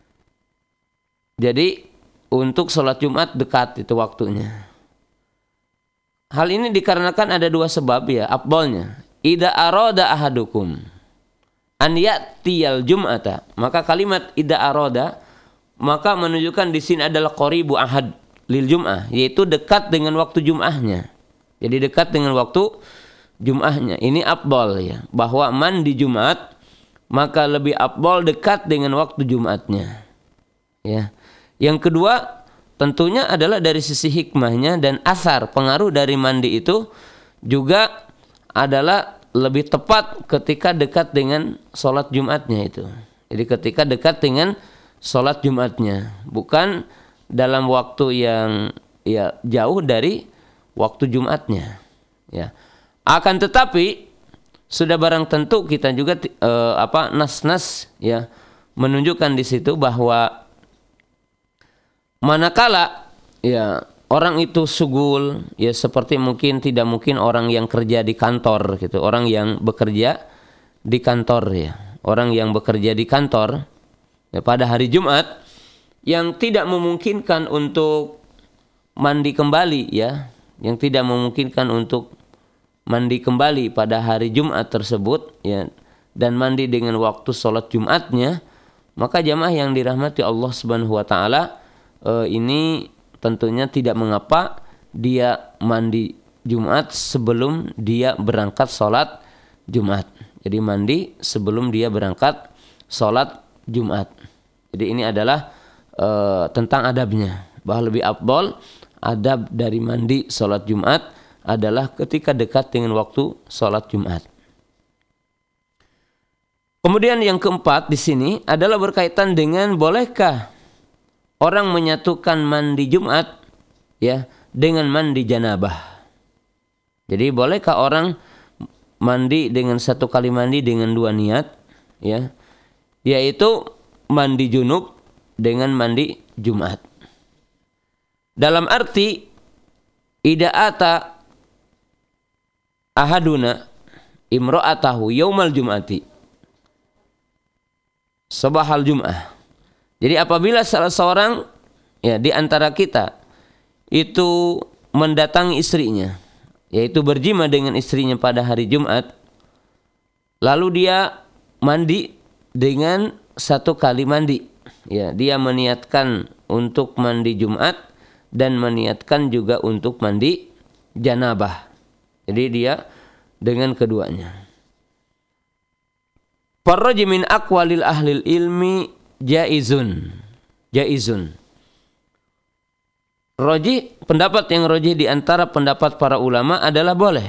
Jadi untuk sholat Jumat dekat itu waktunya. Hal ini dikarenakan ada dua sebab ya afdalnya. Idza arada ahadukum an ya'tiyal jum'ata. Maka kalimat idza arada maka menunjukkan di sini adalah qaribu ahad lil jum'ah, yaitu dekat dengan waktu Jum'ahnya. Jadi dekat dengan waktu Jum'ahnya. Ini afdal ya, bahwa mandi Jumat maka lebih afdal dekat dengan waktu Jumatnya. Ya. Yang kedua tentunya adalah dari sisi hikmahnya dan asar pengaruh dari mandi itu juga adalah lebih tepat ketika dekat dengan sholat Jumatnya itu. Jadi ketika dekat dengan sholat Jumatnya, bukan dalam waktu yang ya jauh dari waktu Jumatnya. Ya. Akan tetapi sudah barang tentu kita juga eh, apa nas-nas ya menunjukkan di situ bahwa manakala ya orang itu sugul, ya seperti mungkin tidak mungkin orang yang kerja di kantor gitu, orang yang bekerja di kantor ya, orang yang bekerja di kantor ya, pada hari Jumat yang tidak memungkinkan untuk mandi kembali ya, yang tidak memungkinkan untuk mandi kembali pada hari Jumat tersebut ya, dan mandi dengan waktu sholat Jumatnya, maka jamaah yang dirahmati Allah Subhanahu wa taala, Uh, ini tentunya tidak mengapa dia mandi Jumat sebelum dia berangkat sholat Jumat. Jadi mandi sebelum dia berangkat sholat Jumat. Jadi ini adalah uh, tentang adabnya. Bahwa lebih afdal adab dari mandi sholat Jumat adalah ketika dekat dengan waktu sholat Jumat. Kemudian yang keempat di sini adalah berkaitan dengan bolehkah orang menyatukan mandi Jumat ya dengan mandi janabah. Jadi bolehkah orang mandi dengan satu kali mandi dengan dua niat ya, yaitu mandi junub dengan mandi Jumat. Dalam arti idza ata ahaduna imra'atahu yaumal jum'ati sabahal jum'ah. Jadi apabila salah seorang ya di antara kita itu mendatangi istrinya, yaitu berjima dengan istrinya pada hari Jumat, lalu dia mandi dengan satu kali mandi, ya dia meniatkan untuk mandi Jumat dan meniatkan juga untuk mandi janabah. Jadi dia dengan keduanya. Farraji min aqwalil ahlil ilmi jaizun, jaizun. Roji, pendapat yang roji di antara pendapat para ulama adalah boleh.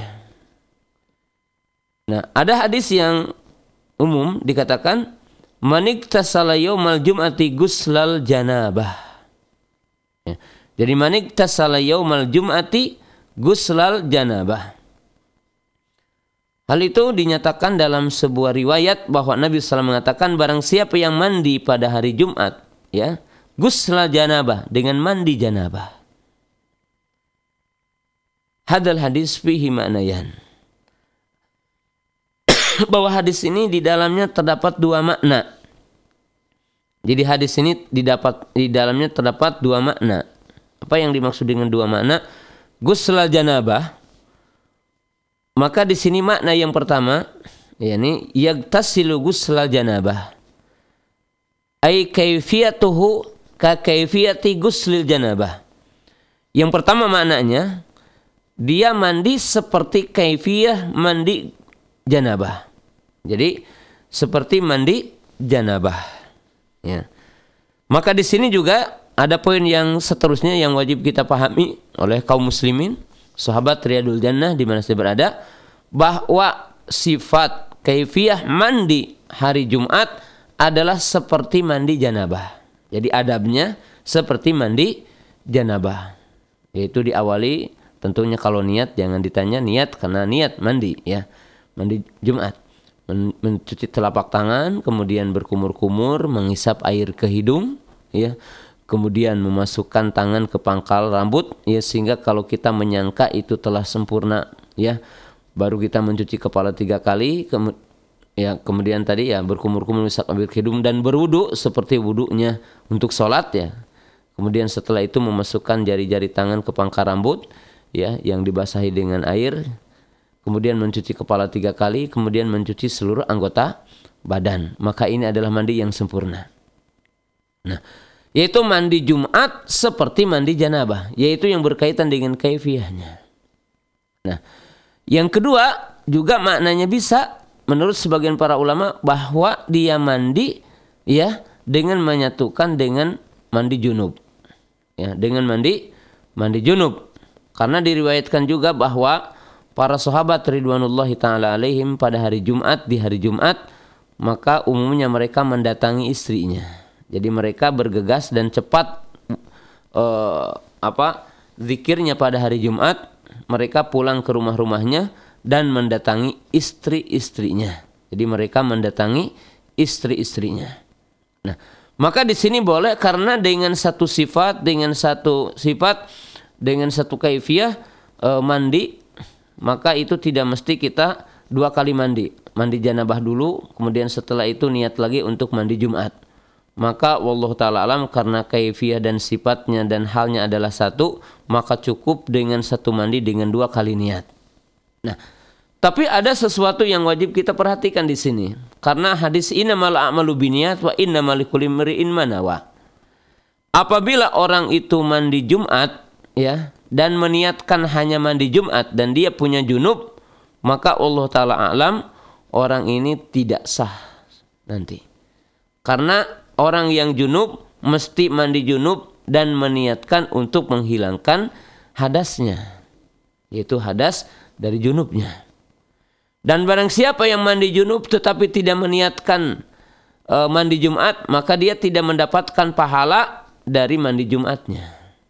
Nah, ada hadis yang umum dikatakan maniktasala yaumal jum'ati guslal janabah. Ya. Jadi maniktasala yaumal jum'ati guslal janabah. Hal itu dinyatakan dalam sebuah riwayat bahwa Nabi sallallahu alaihi wasallam mengatakan barang siapa yang mandi pada hari Jumat ya, ghusl janabah, dengan mandi janabah. Hadal hadis fihi ma'nayan. Bahwa hadis ini di dalamnya terdapat dua makna. Jadi hadis ini didapat di dalamnya terdapat dua makna. Apa yang dimaksud dengan dua makna? Ghusl janabah, maka di sini makna yang pertama yakni yagtasilu ghusl janabah, ay kaifiyatuhu ka kaifiyati guslil janabah. Yang pertama maknanya, dia mandi seperti kaifiyah mandi janabah. Jadi seperti mandi janabah. Ya. Maka di sini juga ada poin yang seterusnya yang wajib kita pahami oleh kaum muslimin, sahabat Riyadul Jannah di mana saya berada, bahwa sifat kaifiyah mandi hari Jumat adalah seperti mandi janabah. Jadi adabnya seperti mandi janabah. Yaitu diawali tentunya kalau niat jangan ditanya niat karena niat mandi ya. Mandi Jumat. Men- mencuci telapak tangan, kemudian berkumur-kumur, menghisap air ke hidung ya. Kemudian memasukkan tangan ke pangkal rambut ya, sehingga kalau kita menyangka itu telah sempurna ya, baru kita mencuci kepala tiga kali, kemu- ya kemudian tadi ya berkumur-kumur, menghisap air ke hidung dan berwudu seperti wudunya untuk sholat ya. Kemudian setelah itu memasukkan jari-jari tangan ke pangkal rambut ya yang dibasahi dengan air, kemudian mencuci kepala tiga kali, kemudian mencuci seluruh anggota badan. Maka ini adalah mandi yang sempurna. Nah, yaitu mandi Jumat seperti mandi janabah, yaitu yang berkaitan dengan kaifiyahnya. Nah, yang kedua juga maknanya bisa menurut sebagian para ulama bahwa dia mandi ya dengan menyatukan dengan mandi junub. Ya, dengan mandi mandi junub. Karena diriwayatkan juga bahwa para sahabat ridwanullahi taala alaihim pada hari Jumat, di hari Jumat, maka umumnya mereka mendatangi istrinya. Jadi mereka bergegas dan cepat uh, apa zikirnya pada hari Jumat, mereka pulang ke rumah-rumahnya dan mendatangi istri-istrinya. Jadi mereka mendatangi istri-istrinya. Nah, maka di sini boleh karena dengan satu sifat, dengan satu sifat, dengan satu kaifiyah e, mandi, maka itu tidak mesti kita dua kali mandi. Mandi janabah dulu, kemudian setelah itu niat lagi untuk mandi Jumat. Maka wallahu ta'ala alam, karena kaifiyah dan sifatnya dan halnya adalah satu, maka cukup dengan satu mandi dengan dua kali niat. Nah, tapi ada sesuatu yang wajib kita perhatikan di sini. Karena hadis innamal a'malu binniyat wa innamal likulli imri'in ma nawa. Apabila orang itu mandi Jumat ya dan meniatkan hanya mandi Jumat dan dia punya junub, maka Allah taala alam orang ini tidak sah nanti. Karena orang yang junub mesti mandi junub dan meniatkan untuk menghilangkan hadasnya, yaitu hadas dari junubnya. Dan barang siapa yang mandi junub tetapi tidak meniatkan e, mandi Jumat, maka dia tidak mendapatkan pahala dari mandi Jumatnya.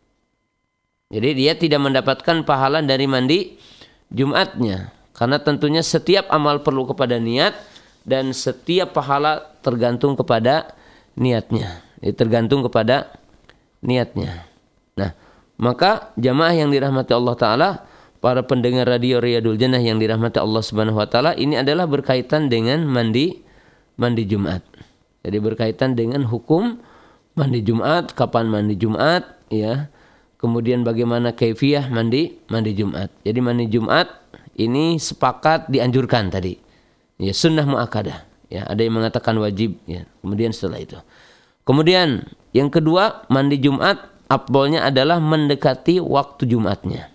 Jadi dia tidak mendapatkan pahala dari mandi Jumatnya. Karena tentunya setiap amal perlu kepada niat dan setiap pahala tergantung kepada niatnya. Jadi tergantung kepada niatnya. Nah, maka jamaah yang dirahmati Allah Ta'ala, para pendengar radio Riyadul Jannah yang dirahmati Allah Subhanahu wa taala, ini adalah berkaitan dengan mandi mandi Jumat. Jadi berkaitan dengan hukum mandi Jumat, kapan mandi Jumat ya. Kemudian bagaimana kaifiyah mandi mandi Jumat. Jadi mandi Jumat ini sepakat dianjurkan tadi. Ya, sunnah muakkadah. Ya, ada yang mengatakan wajib ya. Kemudian setelah itu. Kemudian yang kedua, mandi Jumat afdolnya adalah mendekati waktu Jumatnya.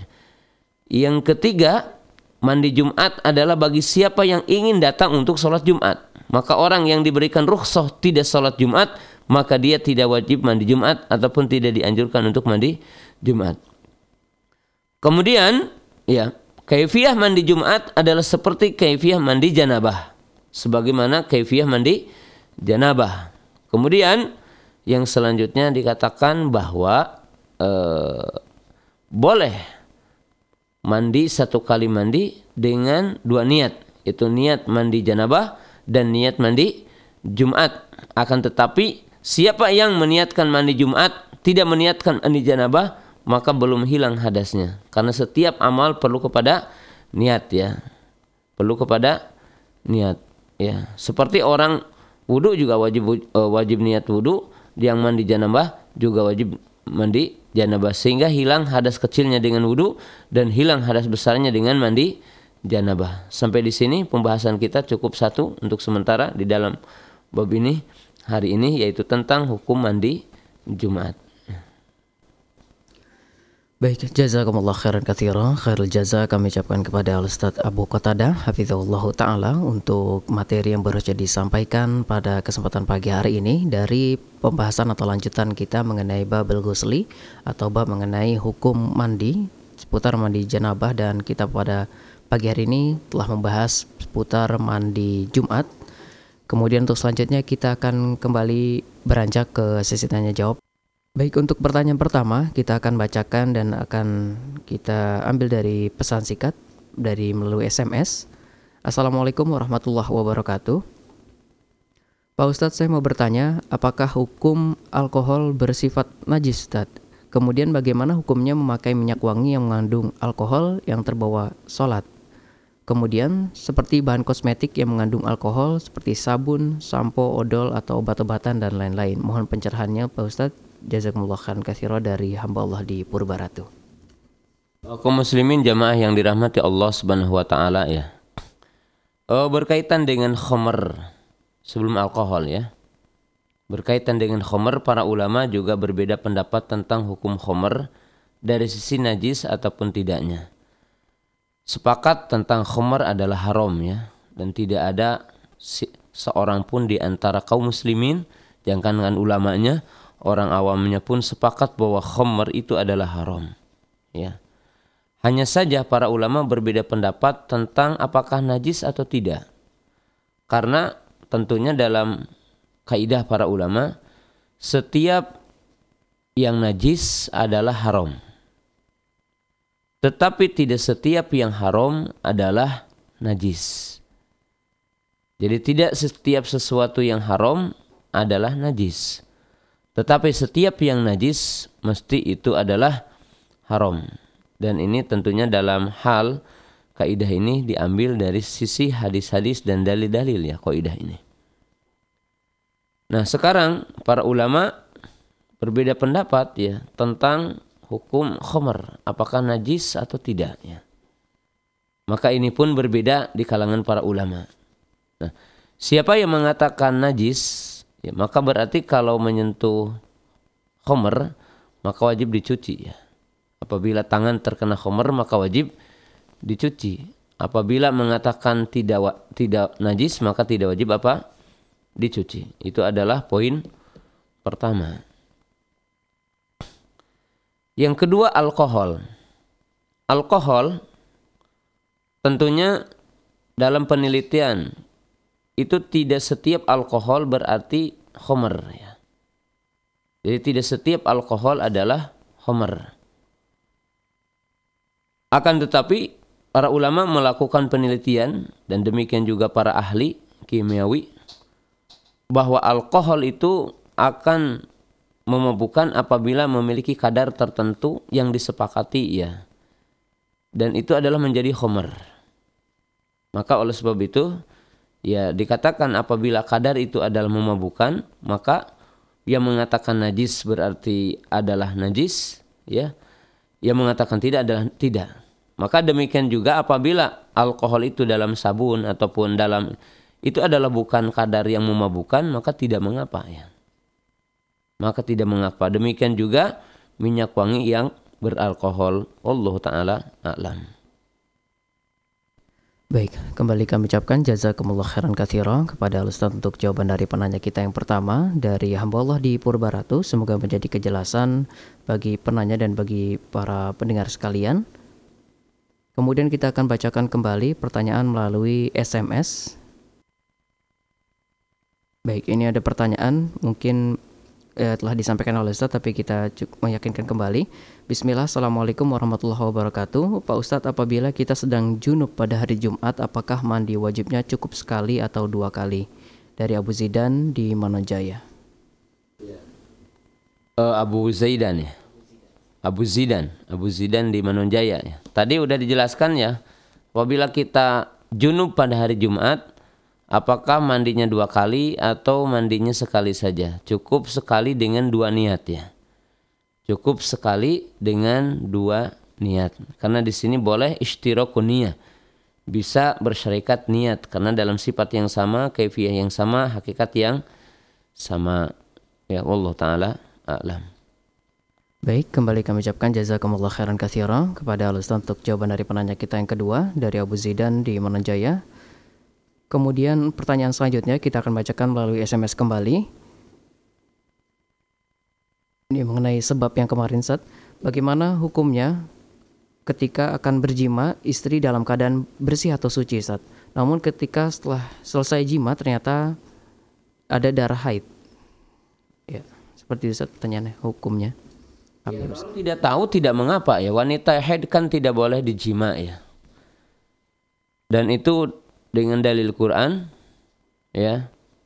Yang ketiga, mandi Jumat adalah bagi siapa yang ingin datang untuk sholat Jumat. Maka orang yang diberikan rukhsah tidak sholat Jumat, maka dia tidak wajib mandi Jumat ataupun tidak dianjurkan untuk mandi Jumat. Kemudian, ya, kaifiyah mandi Jumat adalah seperti kaifiyah mandi janabah. Sebagaimana kaifiyah mandi janabah. Kemudian, yang selanjutnya dikatakan bahwa eh, boleh mandi satu kali mandi dengan dua niat, itu niat mandi janabah dan niat mandi Jumat. Akan tetapi siapa yang meniatkan mandi Jumat tidak meniatkan mandi janabah, maka belum hilang hadasnya. Karena setiap amal perlu kepada niat ya, perlu kepada niat ya. Seperti orang wudu juga wajib wajib niat wudu, yang mandi janabah juga wajib mandi janabah, sehingga hilang hadas kecilnya dengan wudu dan hilang hadas besarnya dengan mandi janabah. Sampai di sini pembahasan kita cukup satu untuk sementara di dalam bab ini. hari ini, yaitu tentang hukum mandi Jumat. Baik, jazakumullah khairan katsira. Khairul jaza kami ucapkan kepada Al-Ustaz Abu Qatadah hafizahullah taala untuk materi yang baru saja disampaikan pada kesempatan pagi hari ini dari pembahasan atau lanjutan kita mengenai babul ghusli atau bab mengenai hukum mandi, seputar mandi janabah, dan kita pada pagi hari ini telah membahas seputar mandi Jumat. Kemudian untuk selanjutnya kita akan kembali beranjak ke sesi tanya jawab. Baik, untuk pertanyaan pertama kita akan bacakan dan akan kita ambil dari pesan singkat dari melalui S M S. Assalamualaikum warahmatullahi wabarakatuh. Pak Ustadz, saya mau bertanya, apakah hukum alkohol bersifat najis, Ustadz? Kemudian bagaimana hukumnya memakai minyak wangi yang mengandung alkohol yang terbawa sholat? Kemudian seperti bahan kosmetik yang mengandung alkohol seperti sabun, sampo, odol, atau obat-obatan dan lain-lain. Mohon pencerahannya Pak Ustadz. Jazakumullah khairan katsira dari hamba Allah di Purbaratu. Kaum muslimin jamaah yang dirahmati Allah Subhanahu wa taala ya. Oh, berkaitan dengan khamr sebelum alkohol ya. Berkaitan dengan khamr, para ulama juga berbeda pendapat tentang hukum khamr dari sisi najis ataupun tidaknya. Sepakat tentang khamr adalah haram ya, dan tidak ada si, seorang pun di antara kaum muslimin, jangan dengan ulamanya, orang awamnya pun sepakat bahwa khamr itu adalah haram. Ya. Hanya saja para ulama berbeda pendapat tentang apakah najis atau tidak. Karena tentunya dalam kaidah para ulama, setiap yang najis adalah haram. Tetapi tidak setiap yang haram adalah najis. Jadi tidak setiap sesuatu yang haram adalah najis. Tetapi setiap yang najis mesti itu adalah haram. Dan ini tentunya dalam hal kaidah ini diambil dari sisi hadis-hadis dan dalil-dalil ya kaidah ini. Nah, sekarang para ulama berbeda pendapat ya tentang hukum khamr, apakah najis atau tidak ya. Maka ini pun berbeda di kalangan para ulama. Nah, siapa yang mengatakan najis, ya, maka berarti kalau menyentuh khamr maka wajib dicuci ya. Apabila tangan terkena khamr maka wajib dicuci. Apabila mengatakan tidak tidak najis maka tidak wajib apa? Dicuci. Itu adalah poin pertama. Yang kedua, alkohol. Alkohol tentunya dalam penelitian itu tidak setiap alkohol berarti khamr ya. Jadi tidak setiap alkohol adalah khamr. Akan tetapi para ulama melakukan penelitian dan demikian juga para ahli kimiawi bahwa alkohol itu akan memabukkan apabila memiliki kadar tertentu yang disepakati ya. Dan itu adalah menjadi khamr. Maka oleh sebab itu ya dikatakan apabila kadar itu adalah memabukkan, maka yang mengatakan najis berarti adalah najis ya. Yang mengatakan tidak adalah tidak. Maka demikian juga apabila alkohol itu dalam sabun ataupun dalam itu adalah bukan kadar yang memabukkan, maka tidak mengapa ya. Maka tidak mengapa. Demikian juga minyak wangi yang beralkohol. Allah taala a'lam. Baik, kembali kami ucapkan jazakumullah khairan katsira kepada Al-Ustaz untuk jawaban dari penanya kita yang pertama dari hamba Allah di Purbaratu. Semoga menjadi kejelasan bagi penanya dan bagi para pendengar sekalian. Kemudian kita akan bacakan kembali pertanyaan melalui S M S. Baik, ini ada pertanyaan mungkin eh, telah disampaikan oleh Ustaz tapi kita meyakinkan kembali. Bismillah, Assalamualaikum warahmatullahi wabarakatuh. Pak Ustadz, apabila kita sedang junub pada hari Jumat, apakah mandi wajibnya cukup sekali atau dua kali? Dari Abu Zidan di Manojaya. Uh, Abu Zaidan ya. Abu Zidan, Abu Zidan di Manojaya ya. Tadi udah dijelaskan ya, apabila kita junub pada hari Jumat, apakah mandinya dua kali atau mandinya sekali saja? Cukup sekali dengan dua niat ya. Cukup sekali dengan dua niat. Karena di sini boleh isytirakun niyah. Bisa bersyarikat niat karena dalam sifat yang sama, kaifiyah yang sama, hakikat yang sama ya, wallahu taala a'lam. Baik, kembali kami ucapkan jazakumullah khairan katsira kepada Al-Ustaz untuk jawaban dari penanya kita yang kedua dari Abu Zidan di Mananjaya. Kemudian pertanyaan selanjutnya kita akan bacakan melalui S M S kembali. Ini mengenai sebab yang kemarin, Ustaz. Bagaimana hukumnya ketika akan berjima istri dalam keadaan bersih atau suci, Ustaz? Namun ketika setelah selesai jima ternyata ada darah haid. Ya, seperti itu, Ustaz, pertanyaannya, hukumnya. Ya, tidak tahu tidak mengapa ya, wanita haid kan tidak boleh dijima ya. Dan itu dengan dalil Quran ya,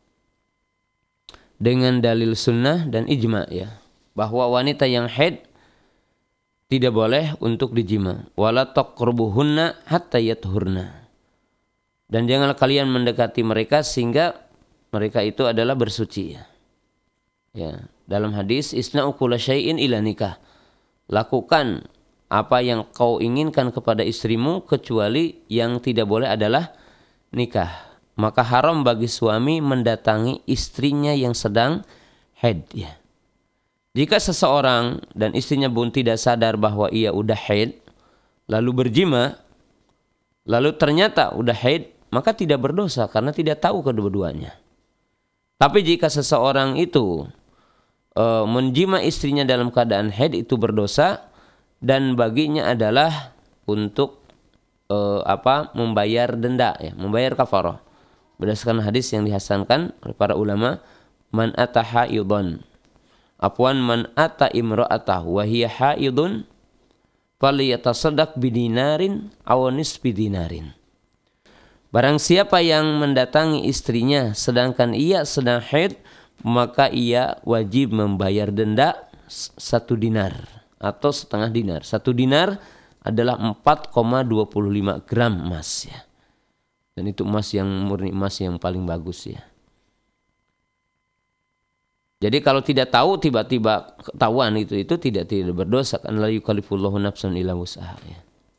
dengan dalil sunnah dan ijma ya, bahwa wanita yang haid tidak boleh untuk dijima. Wala taqrubuhunna hatta yathurna. Dan janganlah kalian mendekati mereka sehingga mereka itu adalah bersuci ya. Ya, dalam hadis isna'u kulla syai'in ila nikah. Lakukan apa yang kau inginkan kepada istrimu kecuali yang tidak boleh adalah nikah. Maka haram bagi suami mendatangi istrinya yang sedang haid ya. Jika seseorang dan istrinya pun tidak sadar bahwa ia udah haid lalu berjima, lalu ternyata udah haid, maka tidak berdosa karena tidak tahu kedua-duanya. Tapi jika seseorang itu Uh, menjima istrinya dalam keadaan haid, itu berdosa dan baginya adalah untuk uh, apa membayar denda ya, membayar kafarah berdasarkan hadis yang dihasankan oleh para ulama, man ata haidun afwan man ata imra'atahu wa hiya haidun falyatasaddaq bidinarin aw nisfi dinarin. Barang siapa yang mendatangi istrinya sedangkan ia sedang haid, maka ia wajib membayar denda satu dinar atau setengah dinar. Satu dinar adalah empat koma dua lima gram emas ya. Dan itu emas yang murni, emas yang paling bagus ya. Jadi kalau tidak tahu tiba-tiba ketahuan itu itu tidak tidak berdosa, kan la yukallifullahu nafsan illa wus'aha ya.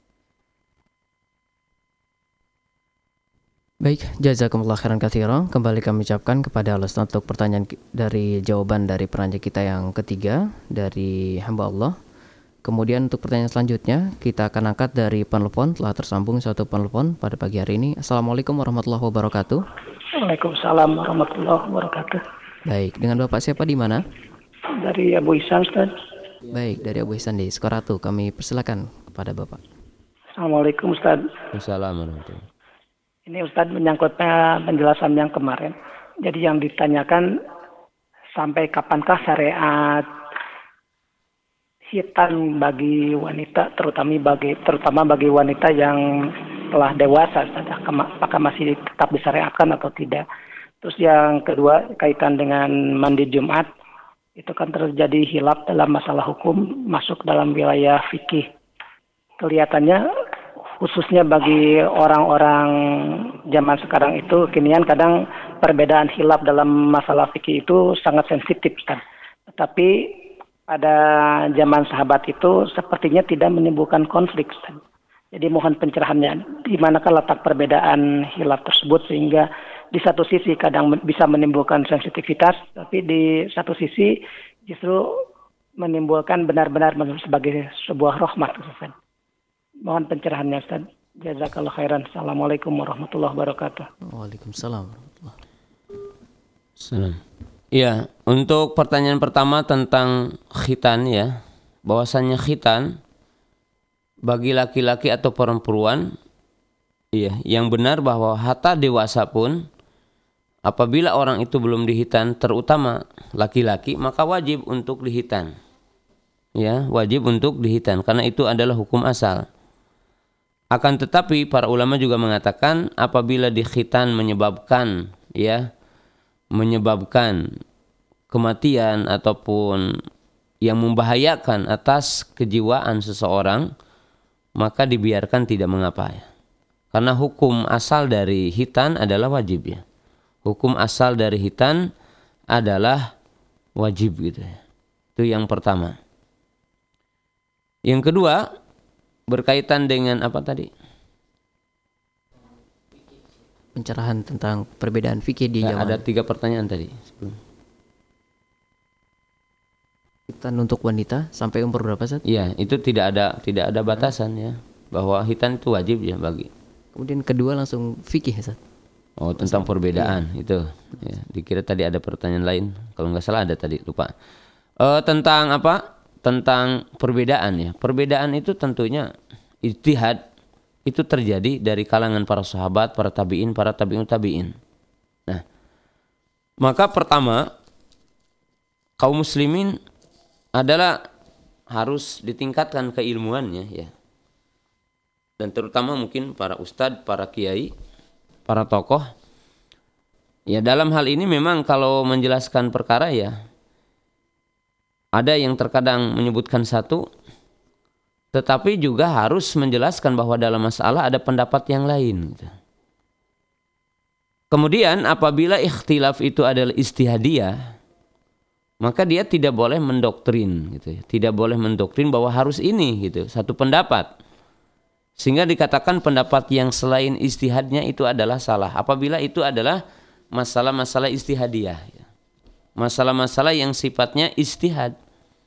Baik, jazakumullah khairan katsira. Kembali kami ucapkan kepada Allah untuk pertanyaan dari jawaban dari penanya kita yang ketiga dari hamba Allah. Kemudian untuk pertanyaan selanjutnya kita akan angkat dari penelpon, telah tersambung satu penelpon pada pagi hari ini. Assalamualaikum warahmatullahi wabarakatuh. Waalaikumsalam warahmatullahi wabarakatuh. Baik, dengan Bapak siapa di mana? Dari Abu Ihsan, Ustaz. Baik, dari Abu Ihsan di Sukaratu. Kami persilakan kepada Bapak. Assalamualaikum, Ustaz. Assalamualaikum. Ini Ustaz menyangkut penjelasan yang kemarin. Jadi yang ditanyakan sampai kapankah syariat hitan bagi wanita, terutama bagi terutama bagi wanita yang telah dewasa, Ustaz, apakah masih tetap disyariatkan atau tidak? Terus yang kedua kaitan dengan mandi Jumat, itu kan terjadi khilaf dalam masalah hukum masuk dalam wilayah fikih. Kelihatannya khususnya bagi orang-orang zaman sekarang itu kinian kadang perbedaan khilaf dalam masalah fikih itu sangat sensitif kan. Tapi pada zaman sahabat itu sepertinya tidak menimbulkan konflik kan. Jadi mohon pencerahannya, di manakah letak perbedaan khilaf tersebut sehingga di satu sisi kadang bisa menimbulkan sensitivitas, tapi di satu sisi justru menimbulkan benar-benar sebagai sebuah rahmat Ustaz. Mohon pencerahannya Ustaz. Jazakallah khairan. Assalamualaikum warahmatullahi wabarakatuh. Waalaikumsalam warahmatullahi wabarakatuh. Ya, untuk pertanyaan pertama tentang khitan ya, bahwasannya khitan bagi laki-laki atau perempuan, iya, yang benar bahwa hatta dewasa pun apabila orang itu belum dihitan, terutama laki-laki, maka wajib untuk dihitan. Ya, wajib untuk dihitan karena itu adalah hukum asal. Akan tetapi para ulama juga mengatakan apabila dikhitan menyebabkan ya menyebabkan kematian ataupun yang membahayakan atas kejiwaan seseorang, maka dibiarkan tidak mengapa ya. Karena hukum asal dari hitan adalah wajib ya. Hukum asal dari hitan adalah wajib gitu ya. Itu yang pertama. Yang kedua berkaitan dengan apa tadi? Pencerahan tentang perbedaan fikih di ya, zaman. ada tiga pertanyaan tadi sebelum. Hitan untuk wanita sampai umur berapa, Ustaz? Iya, itu tidak ada tidak ada batasan ya, bahwa hitan itu wajib ya bagi. Kemudian kedua langsung fikih, Ustaz. Oh, tentang perbedaan iya. Itu. Ya, dikira tadi ada pertanyaan lain. Kalau nggak salah ada tadi, lupa. Uh, tentang apa? Tentang perbedaan ya. Perbedaan itu tentunya ijtihad itu terjadi dari kalangan para sahabat, para tabi'in, para tabi'un tabi'in. Nah, maka pertama kaum muslimin adalah harus ditingkatkan keilmuannya ya. Dan terutama mungkin para ustadz, para kiai, para tokoh. Ya dalam hal ini memang kalau menjelaskan perkara ya ada yang terkadang menyebutkan satu, tetapi juga harus menjelaskan bahwa dalam masalah ada pendapat yang lain gitu. Kemudian apabila ikhtilaf itu adalah ijtihadiyah, maka dia tidak boleh mendoktrin gitu ya. Tidak boleh mendoktrin bahwa harus ini gitu, satu pendapat. Sehingga dikatakan pendapat yang selain ijtihadnya itu adalah salah. Apabila itu adalah masalah-masalah ijtihadiyah ya. Masalah-masalah yang sifatnya ijtihad.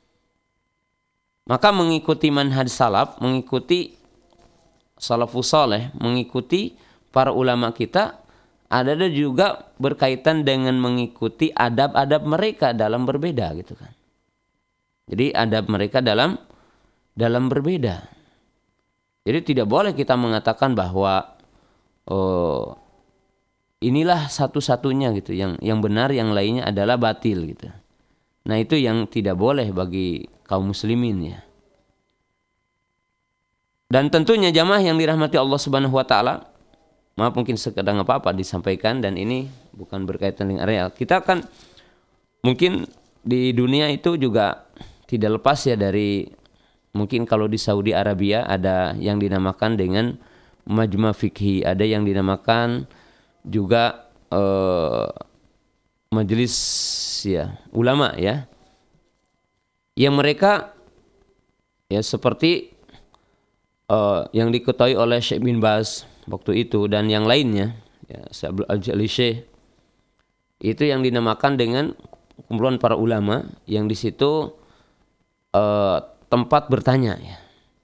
Maka mengikuti manhaj salaf, mengikuti salafus saleh, mengikuti para ulama kita ada juga berkaitan dengan mengikuti adab-adab mereka dalam berbeda gitu kan. Jadi adab mereka dalam dalam berbeda. Jadi tidak boleh kita mengatakan bahwa oh, inilah satu-satunya gitu, yang yang benar, yang lainnya adalah batil gitu. Nah itu yang tidak boleh bagi kaum muslimin ya. Dan tentunya jamaah yang dirahmati Allah Subhanahu wa taala, maaf mungkin sekadang apa-apa disampaikan dan ini bukan berkaitan dengan real. Kita kan mungkin di dunia itu juga tidak lepas ya dari, mungkin kalau di Saudi Arabia ada yang dinamakan dengan majma' fikhi, ada yang dinamakan juga eh, majelis ya ulama ya, yang mereka ya seperti uh, yang diketahui oleh Syekh bin Baz waktu itu dan yang lainnya ya, Syekh Al-Jalisi, itu yang dinamakan dengan kumpulan para ulama yang di situ uh, tempat bertanya ya.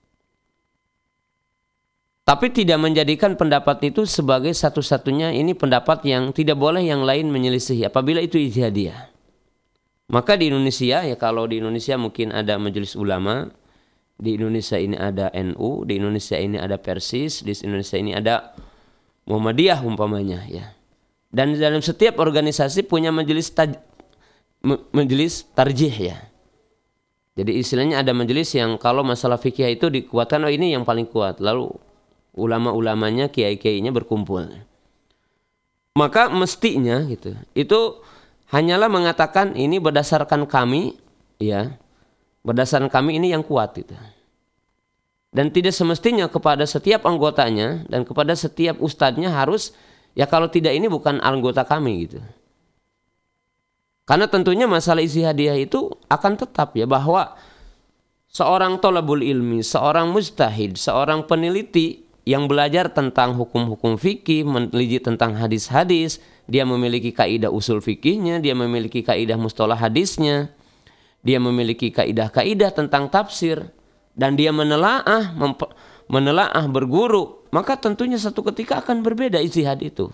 Tapi tidak menjadikan pendapat itu sebagai satu-satunya, ini pendapat yang tidak boleh yang lain menyelisihi apabila itu ijtihadiyah. Maka di Indonesia ya, kalau di Indonesia mungkin ada majelis ulama, di Indonesia ini ada N U, di Indonesia ini ada Persis, di Indonesia ini ada Muhammadiyah umpamanya ya. Dan dalam setiap organisasi punya majelis taj, majelis tarjih ya. Jadi istilahnya ada majelis yang kalau masalah fikih itu dikuatkan, oh ini yang paling kuat, lalu ulama-ulamanya, kiai-kiainya berkumpul. Maka mestinya gitu, itu hanyalah mengatakan ini berdasarkan kami, ya, berdasarkan kami ini yang kuat gitu. Dan tidak semestinya kepada setiap anggotanya dan kepada setiap ustadznya harus, ya kalau tidak ini bukan anggota kami gitu. Karena tentunya masalah ijtihadiyah itu akan tetap ya, bahwa seorang thalabul ilmi, seorang mujtahid, seorang peneliti yang belajar tentang hukum-hukum fikih, meneliti tentang hadis-hadis, dia memiliki kaidah usul fikihnya, dia memiliki kaidah mustalah hadisnya, dia memiliki kaidah-kaidah tentang tafsir, dan dia menelaah, memp- menelaah berguru, maka tentunya satu ketika akan berbeda ijtihad itu.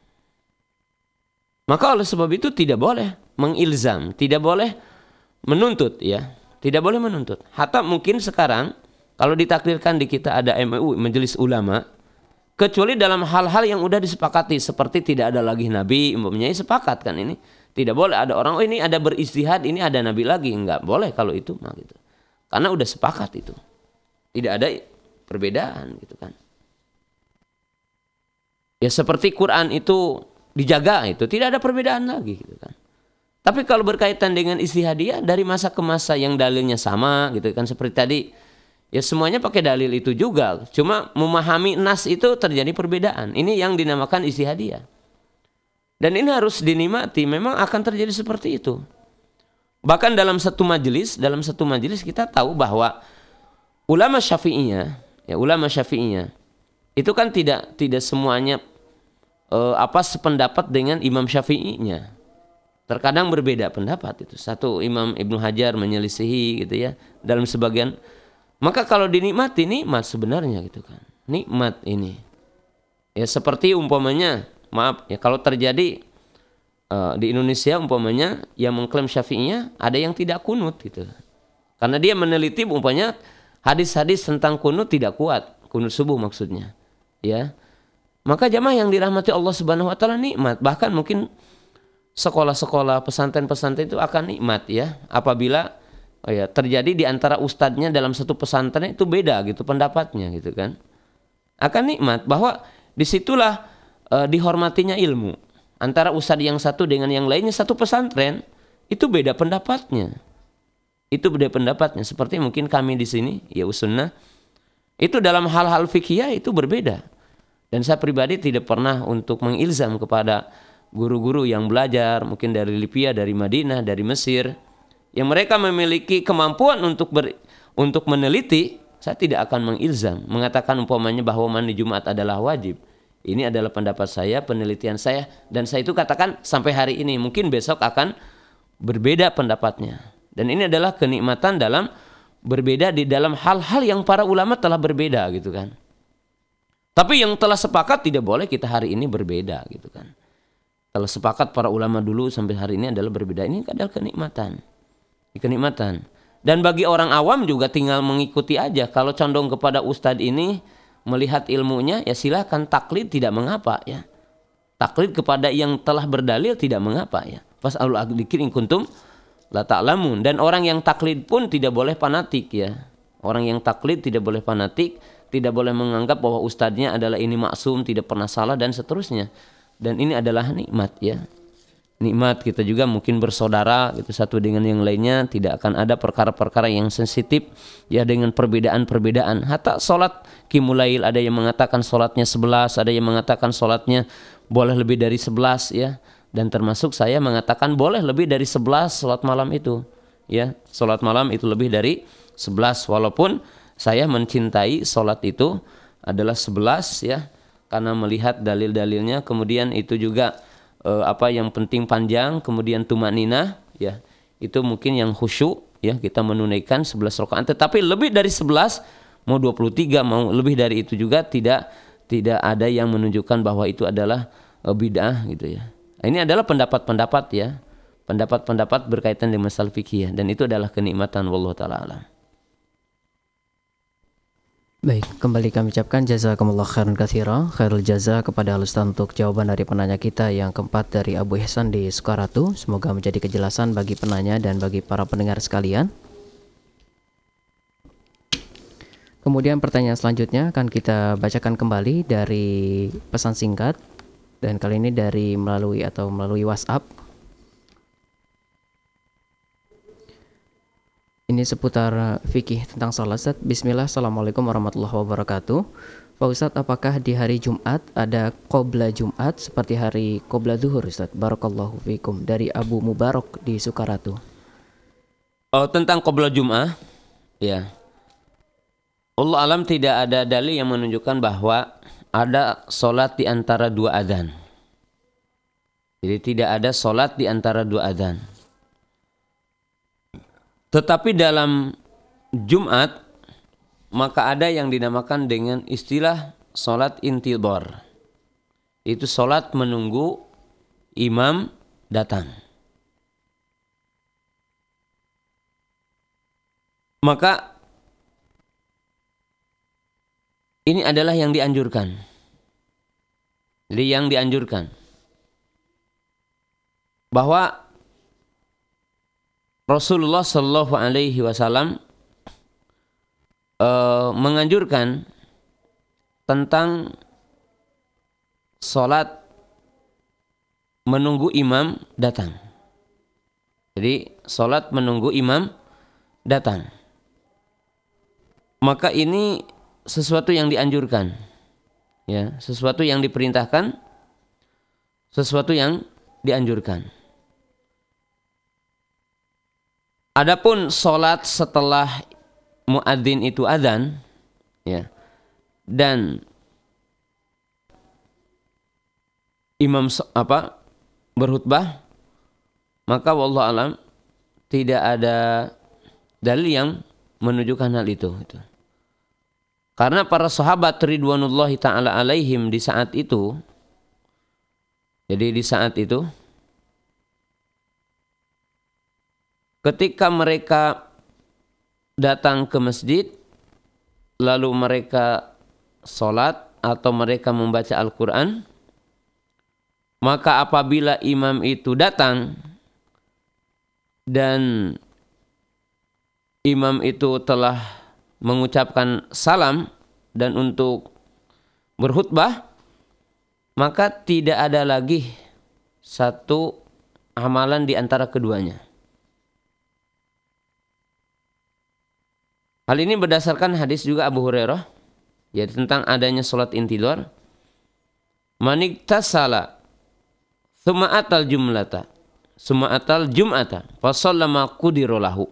Maka oleh sebab itu tidak boleh mengilzam, tidak boleh menuntut ya, tidak boleh menuntut. Hatta mungkin sekarang kalau ditakdirkan di kita ada M U, majelis ulama, kecuali dalam hal-hal yang udah disepakati, seperti tidak ada lagi nabi, umpamanya sepakat kan ini. Tidak boleh ada orang, oh ini ada berijtihad, ini ada nabi lagi, enggak boleh kalau itu mah gitu. Karena udah sepakat itu. Tidak ada perbedaan gitu kan. Ya seperti Quran itu dijaga, itu tidak ada perbedaan lagi gitu kan. Tapi kalau berkaitan dengan ijtihadiyah dari masa ke masa yang dalilnya sama gitu kan, seperti tadi, ya semuanya pakai dalil itu juga. Cuma memahami nas itu terjadi perbedaan. Ini yang dinamakan ijtihadiyah. Dan ini harus dinikmati. Memang akan terjadi seperti itu. Bahkan dalam satu majelis, dalam satu majelis kita tahu bahwa ulama Syafi'iyah, ya ulama Syafi'iyah itu kan tidak tidak semuanya eh, apa sependapat dengan Imam Syafi'inya. Terkadang berbeda pendapat itu. Satu Imam Ibnu Hajar menyelisihi gitu ya dalam sebagian. Maka kalau dinikmati, nikmat sebenarnya gitu kan. Nikmat ini. Ya seperti umpamanya, maaf ya kalau terjadi uh, di Indonesia umpamanya yang mengklaim Syafi'iyah ada yang tidak kunut gitu. Karena dia meneliti umpamanya hadis-hadis tentang kunut tidak kuat, kunut subuh maksudnya. Ya. Maka jamaah yang dirahmati Allah Subhanahu wa taala nikmat, bahkan mungkin sekolah-sekolah pesantren-pesantren itu akan nikmat ya apabila oh ya terjadi di antara ustadznya dalam satu pesantren itu beda gitu pendapatnya gitu kan. Akan nikmat bahwa disitulah e, dihormatinya ilmu antara ustadz yang satu dengan yang lainnya satu pesantren itu beda pendapatnya. Itu beda pendapatnya seperti mungkin kami di sini ya Usunnah itu dalam hal-hal fikih itu berbeda. Dan saya pribadi tidak pernah untuk mengilzam kepada guru-guru yang belajar mungkin dari Libya, dari Madinah, dari Mesir yang mereka memiliki kemampuan untuk ber, untuk meneliti, saya tidak akan mengilzam mengatakan umpamanya bahwa mandi Jumat adalah wajib. Ini adalah pendapat saya, penelitian saya dan saya itu katakan sampai hari ini, mungkin besok akan berbeda pendapatnya. Dan ini adalah kenikmatan dalam berbeda di dalam hal-hal yang para ulama telah berbeda gitu kan. Tapi yang telah sepakat tidak boleh kita hari ini berbeda gitu kan. Telah sepakat para ulama dulu sampai hari ini adalah berbeda. Ini adalah kenikmatan. Kenikmatan. Dan bagi orang awam juga tinggal mengikuti aja. Kalau condong kepada ustadz ini melihat ilmunya ya silakan taklid tidak mengapa ya. Taklid kepada yang telah berdalil tidak mengapa ya. Fas'alul dzikri in kuntum la ta'lamun. Dan orang yang taklid pun tidak boleh fanatik ya. Orang yang taklid tidak boleh fanatik, tidak boleh menganggap bahwa ustadznya adalah ini maksum, tidak pernah salah dan seterusnya. Dan ini adalah nikmat ya. Nikmat kita juga mungkin bersaudara gitu satu dengan yang lainnya, tidak akan ada perkara-perkara yang sensitif ya dengan perbedaan-perbedaan. Hatta salat qiyamulail ada yang mengatakan salatnya sebelas, ada yang mengatakan salatnya boleh lebih dari sebelas ya. Dan termasuk saya mengatakan boleh lebih dari sebelas salat malam itu. Ya, salat malam itu lebih dari sebelas walaupun saya mencintai salat itu adalah sebelas ya. Karena melihat dalil-dalilnya, kemudian itu juga eh, apa yang penting panjang, kemudian tumaninah, ya itu mungkin yang khusyuk, ya kita menunaikan sebelas rakaat. Tetapi lebih dari sebelas, mau dua puluh tiga, mau lebih dari itu juga tidak tidak ada yang menunjukkan bahwa itu adalah eh, bid'ah gitu ya. Ini adalah pendapat-pendapat ya, pendapat-pendapat berkaitan dengan masalah fikih dan itu adalah kenikmatan wallahu taala alam. Baik, kembali kami ucapkan jazakumullah khairan katsira, khairul jaza kepada Al-Ustaz untuk jawaban dari penanya kita yang keempat dari Abu Ihsan di Sukaratu. Semoga menjadi kejelasan bagi penanya dan bagi para pendengar sekalian. Kemudian pertanyaan selanjutnya akan kita bacakan kembali dari pesan singkat dan kali ini dari melalui atau melalui WhatsApp. Ini seputar fikih tentang salat. Ustaz. Bismillah, assalamualaikum warahmatullahi wabarakatuh. Pak Ustadz, apakah di hari Jumat ada qobla Jumat seperti hari qobla zuhur Ustaz? Barakallahu fikum. Dari Abu Mubarak di Sukaratu. Oh, tentang qobla Jum'ah, ya. Allah alam tidak ada dalil yang menunjukkan bahwa ada solat di antara dua adzan. Jadi tidak ada solat di antara dua adzan. Tetapi dalam Jumat maka ada yang dinamakan dengan istilah solat intidhar. Itu solat menunggu imam datang. Maka ini adalah yang dianjurkan. Jadi yang dianjurkan bahwa Rasulullah Shallallahu Alaihi Wasallam uh, menganjurkan tentang sholat menunggu imam datang. Jadi sholat menunggu imam datang. Maka ini sesuatu yang dianjurkan, ya, sesuatu yang diperintahkan, sesuatu yang dianjurkan. Adapun sholat setelah muadzin itu adzan, ya, dan imam apa berkhutbah, Maka wallahu alam tidak ada dalil yang menunjukkan hal itu. Karena para sahabat ridwanullahi ta'ala alaihim di saat itu, jadi di saat itu, ketika mereka datang ke masjid, lalu mereka sholat atau mereka membaca Al-Quran, maka apabila imam itu datang dan imam itu telah mengucapkan salam dan untuk berkhutbah, maka tidak ada lagi satu amalan di antara keduanya. Hal ini berdasarkan hadis juga Abu Hurairah, yaitu tentang adanya sholat intidhar. Maniktasala thumma atal jumlata thumma atal jum'ata fa shallama qudira lahu.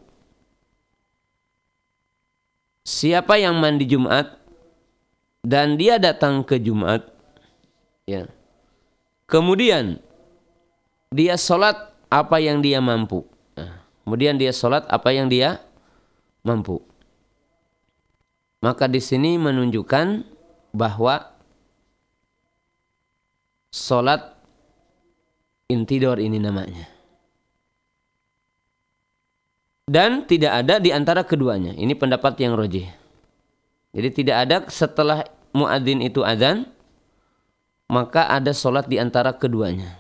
Siapa yang mandi Jumat dan dia datang ke Jumat, ya, kemudian dia sholat apa yang dia mampu. Nah, kemudian dia sholat apa yang dia mampu. Maka di sini menunjukkan bahwa sholat intidhar ini namanya. Dan tidak ada di antara keduanya. Ini pendapat yang rajih. Jadi tidak ada setelah muadzin itu adzan, maka ada sholat di antara keduanya.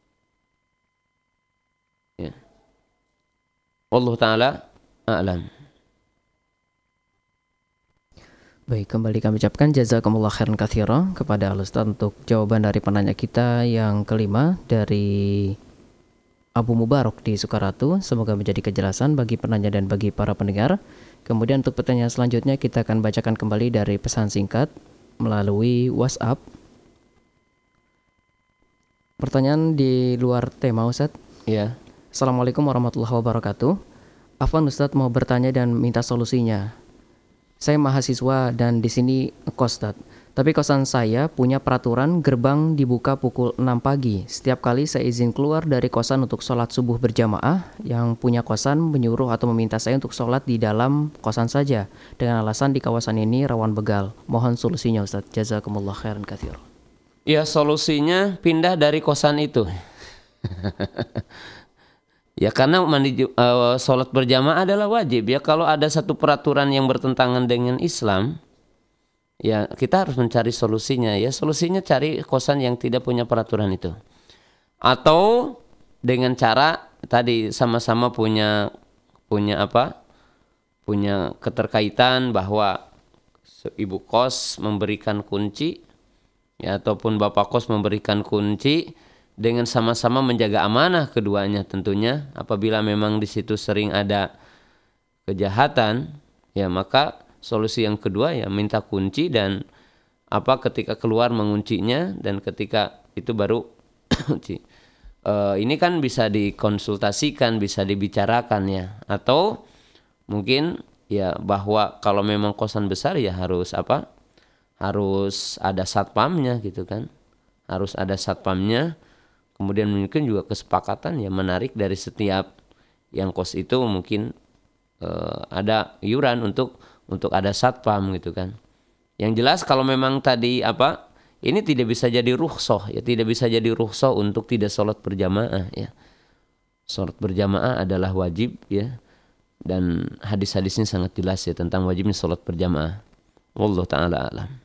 Ya. Allah Ta'ala a'lam. Baik, kembali kami ucapkan jazakumullah khairan katsira kepada Al-Ustaz untuk jawaban dari penanya kita yang kelima dari Abu Mubarak di Sukaratu. Semoga menjadi kejelasan bagi penanya dan bagi para pendengar. Kemudian untuk pertanyaan selanjutnya kita akan bacakan kembali dari pesan singkat melalui WhatsApp. Pertanyaan di luar tema, Ustaz. Ya. Assalamualaikum warahmatullahi wabarakatuh. Afwan Ustaz, mau bertanya dan minta solusinya. Saya mahasiswa dan di sini ngekos, Ustaz. Tapi kosan saya punya peraturan gerbang dibuka pukul enam pagi. Setiap kali saya izin keluar dari kosan untuk sholat subuh berjamaah, yang punya kosan menyuruh atau meminta saya untuk sholat di dalam kosan saja, dengan alasan di kawasan ini rawan begal. Mohon solusinya, Ustaz. Jazakumullah khairan katsir. Ya, solusinya pindah dari kosan itu. Ya, karena mandi uh, sholat berjamaah adalah wajib. Ya, kalau ada satu peraturan yang bertentangan dengan Islam, ya kita harus mencari solusinya. Ya, solusinya cari kosan yang tidak punya peraturan itu. Atau dengan cara tadi sama-sama punya punya apa? Punya keterkaitan bahwa ibu kos memberikan kunci, ya, ataupun bapak kos memberikan kunci, dengan sama-sama menjaga amanah keduanya tentunya. Apabila memang di situ sering ada kejahatan, ya maka solusi yang kedua ya minta kunci dan apa ketika keluar menguncinya, dan ketika itu baru kunci. E, ini kan bisa dikonsultasikan, bisa dibicarakan ya. Atau mungkin ya bahwa kalau memang kosan besar ya harus apa? Harus ada satpamnya gitu kan. Harus ada satpamnya. Kemudian mungkin juga kesepakatan ya menarik dari setiap yang kos itu mungkin e, ada iuran untuk untuk ada satpam gitu kan. Yang jelas kalau memang tadi apa ini tidak bisa jadi rukhsah, ya tidak bisa jadi rukhsah untuk tidak sholat berjamaah ya. Sholat berjamaah adalah wajib ya, dan hadis-hadisnya sangat jelas ya tentang wajibnya sholat berjamaah. Wallahu ta'ala a'lam.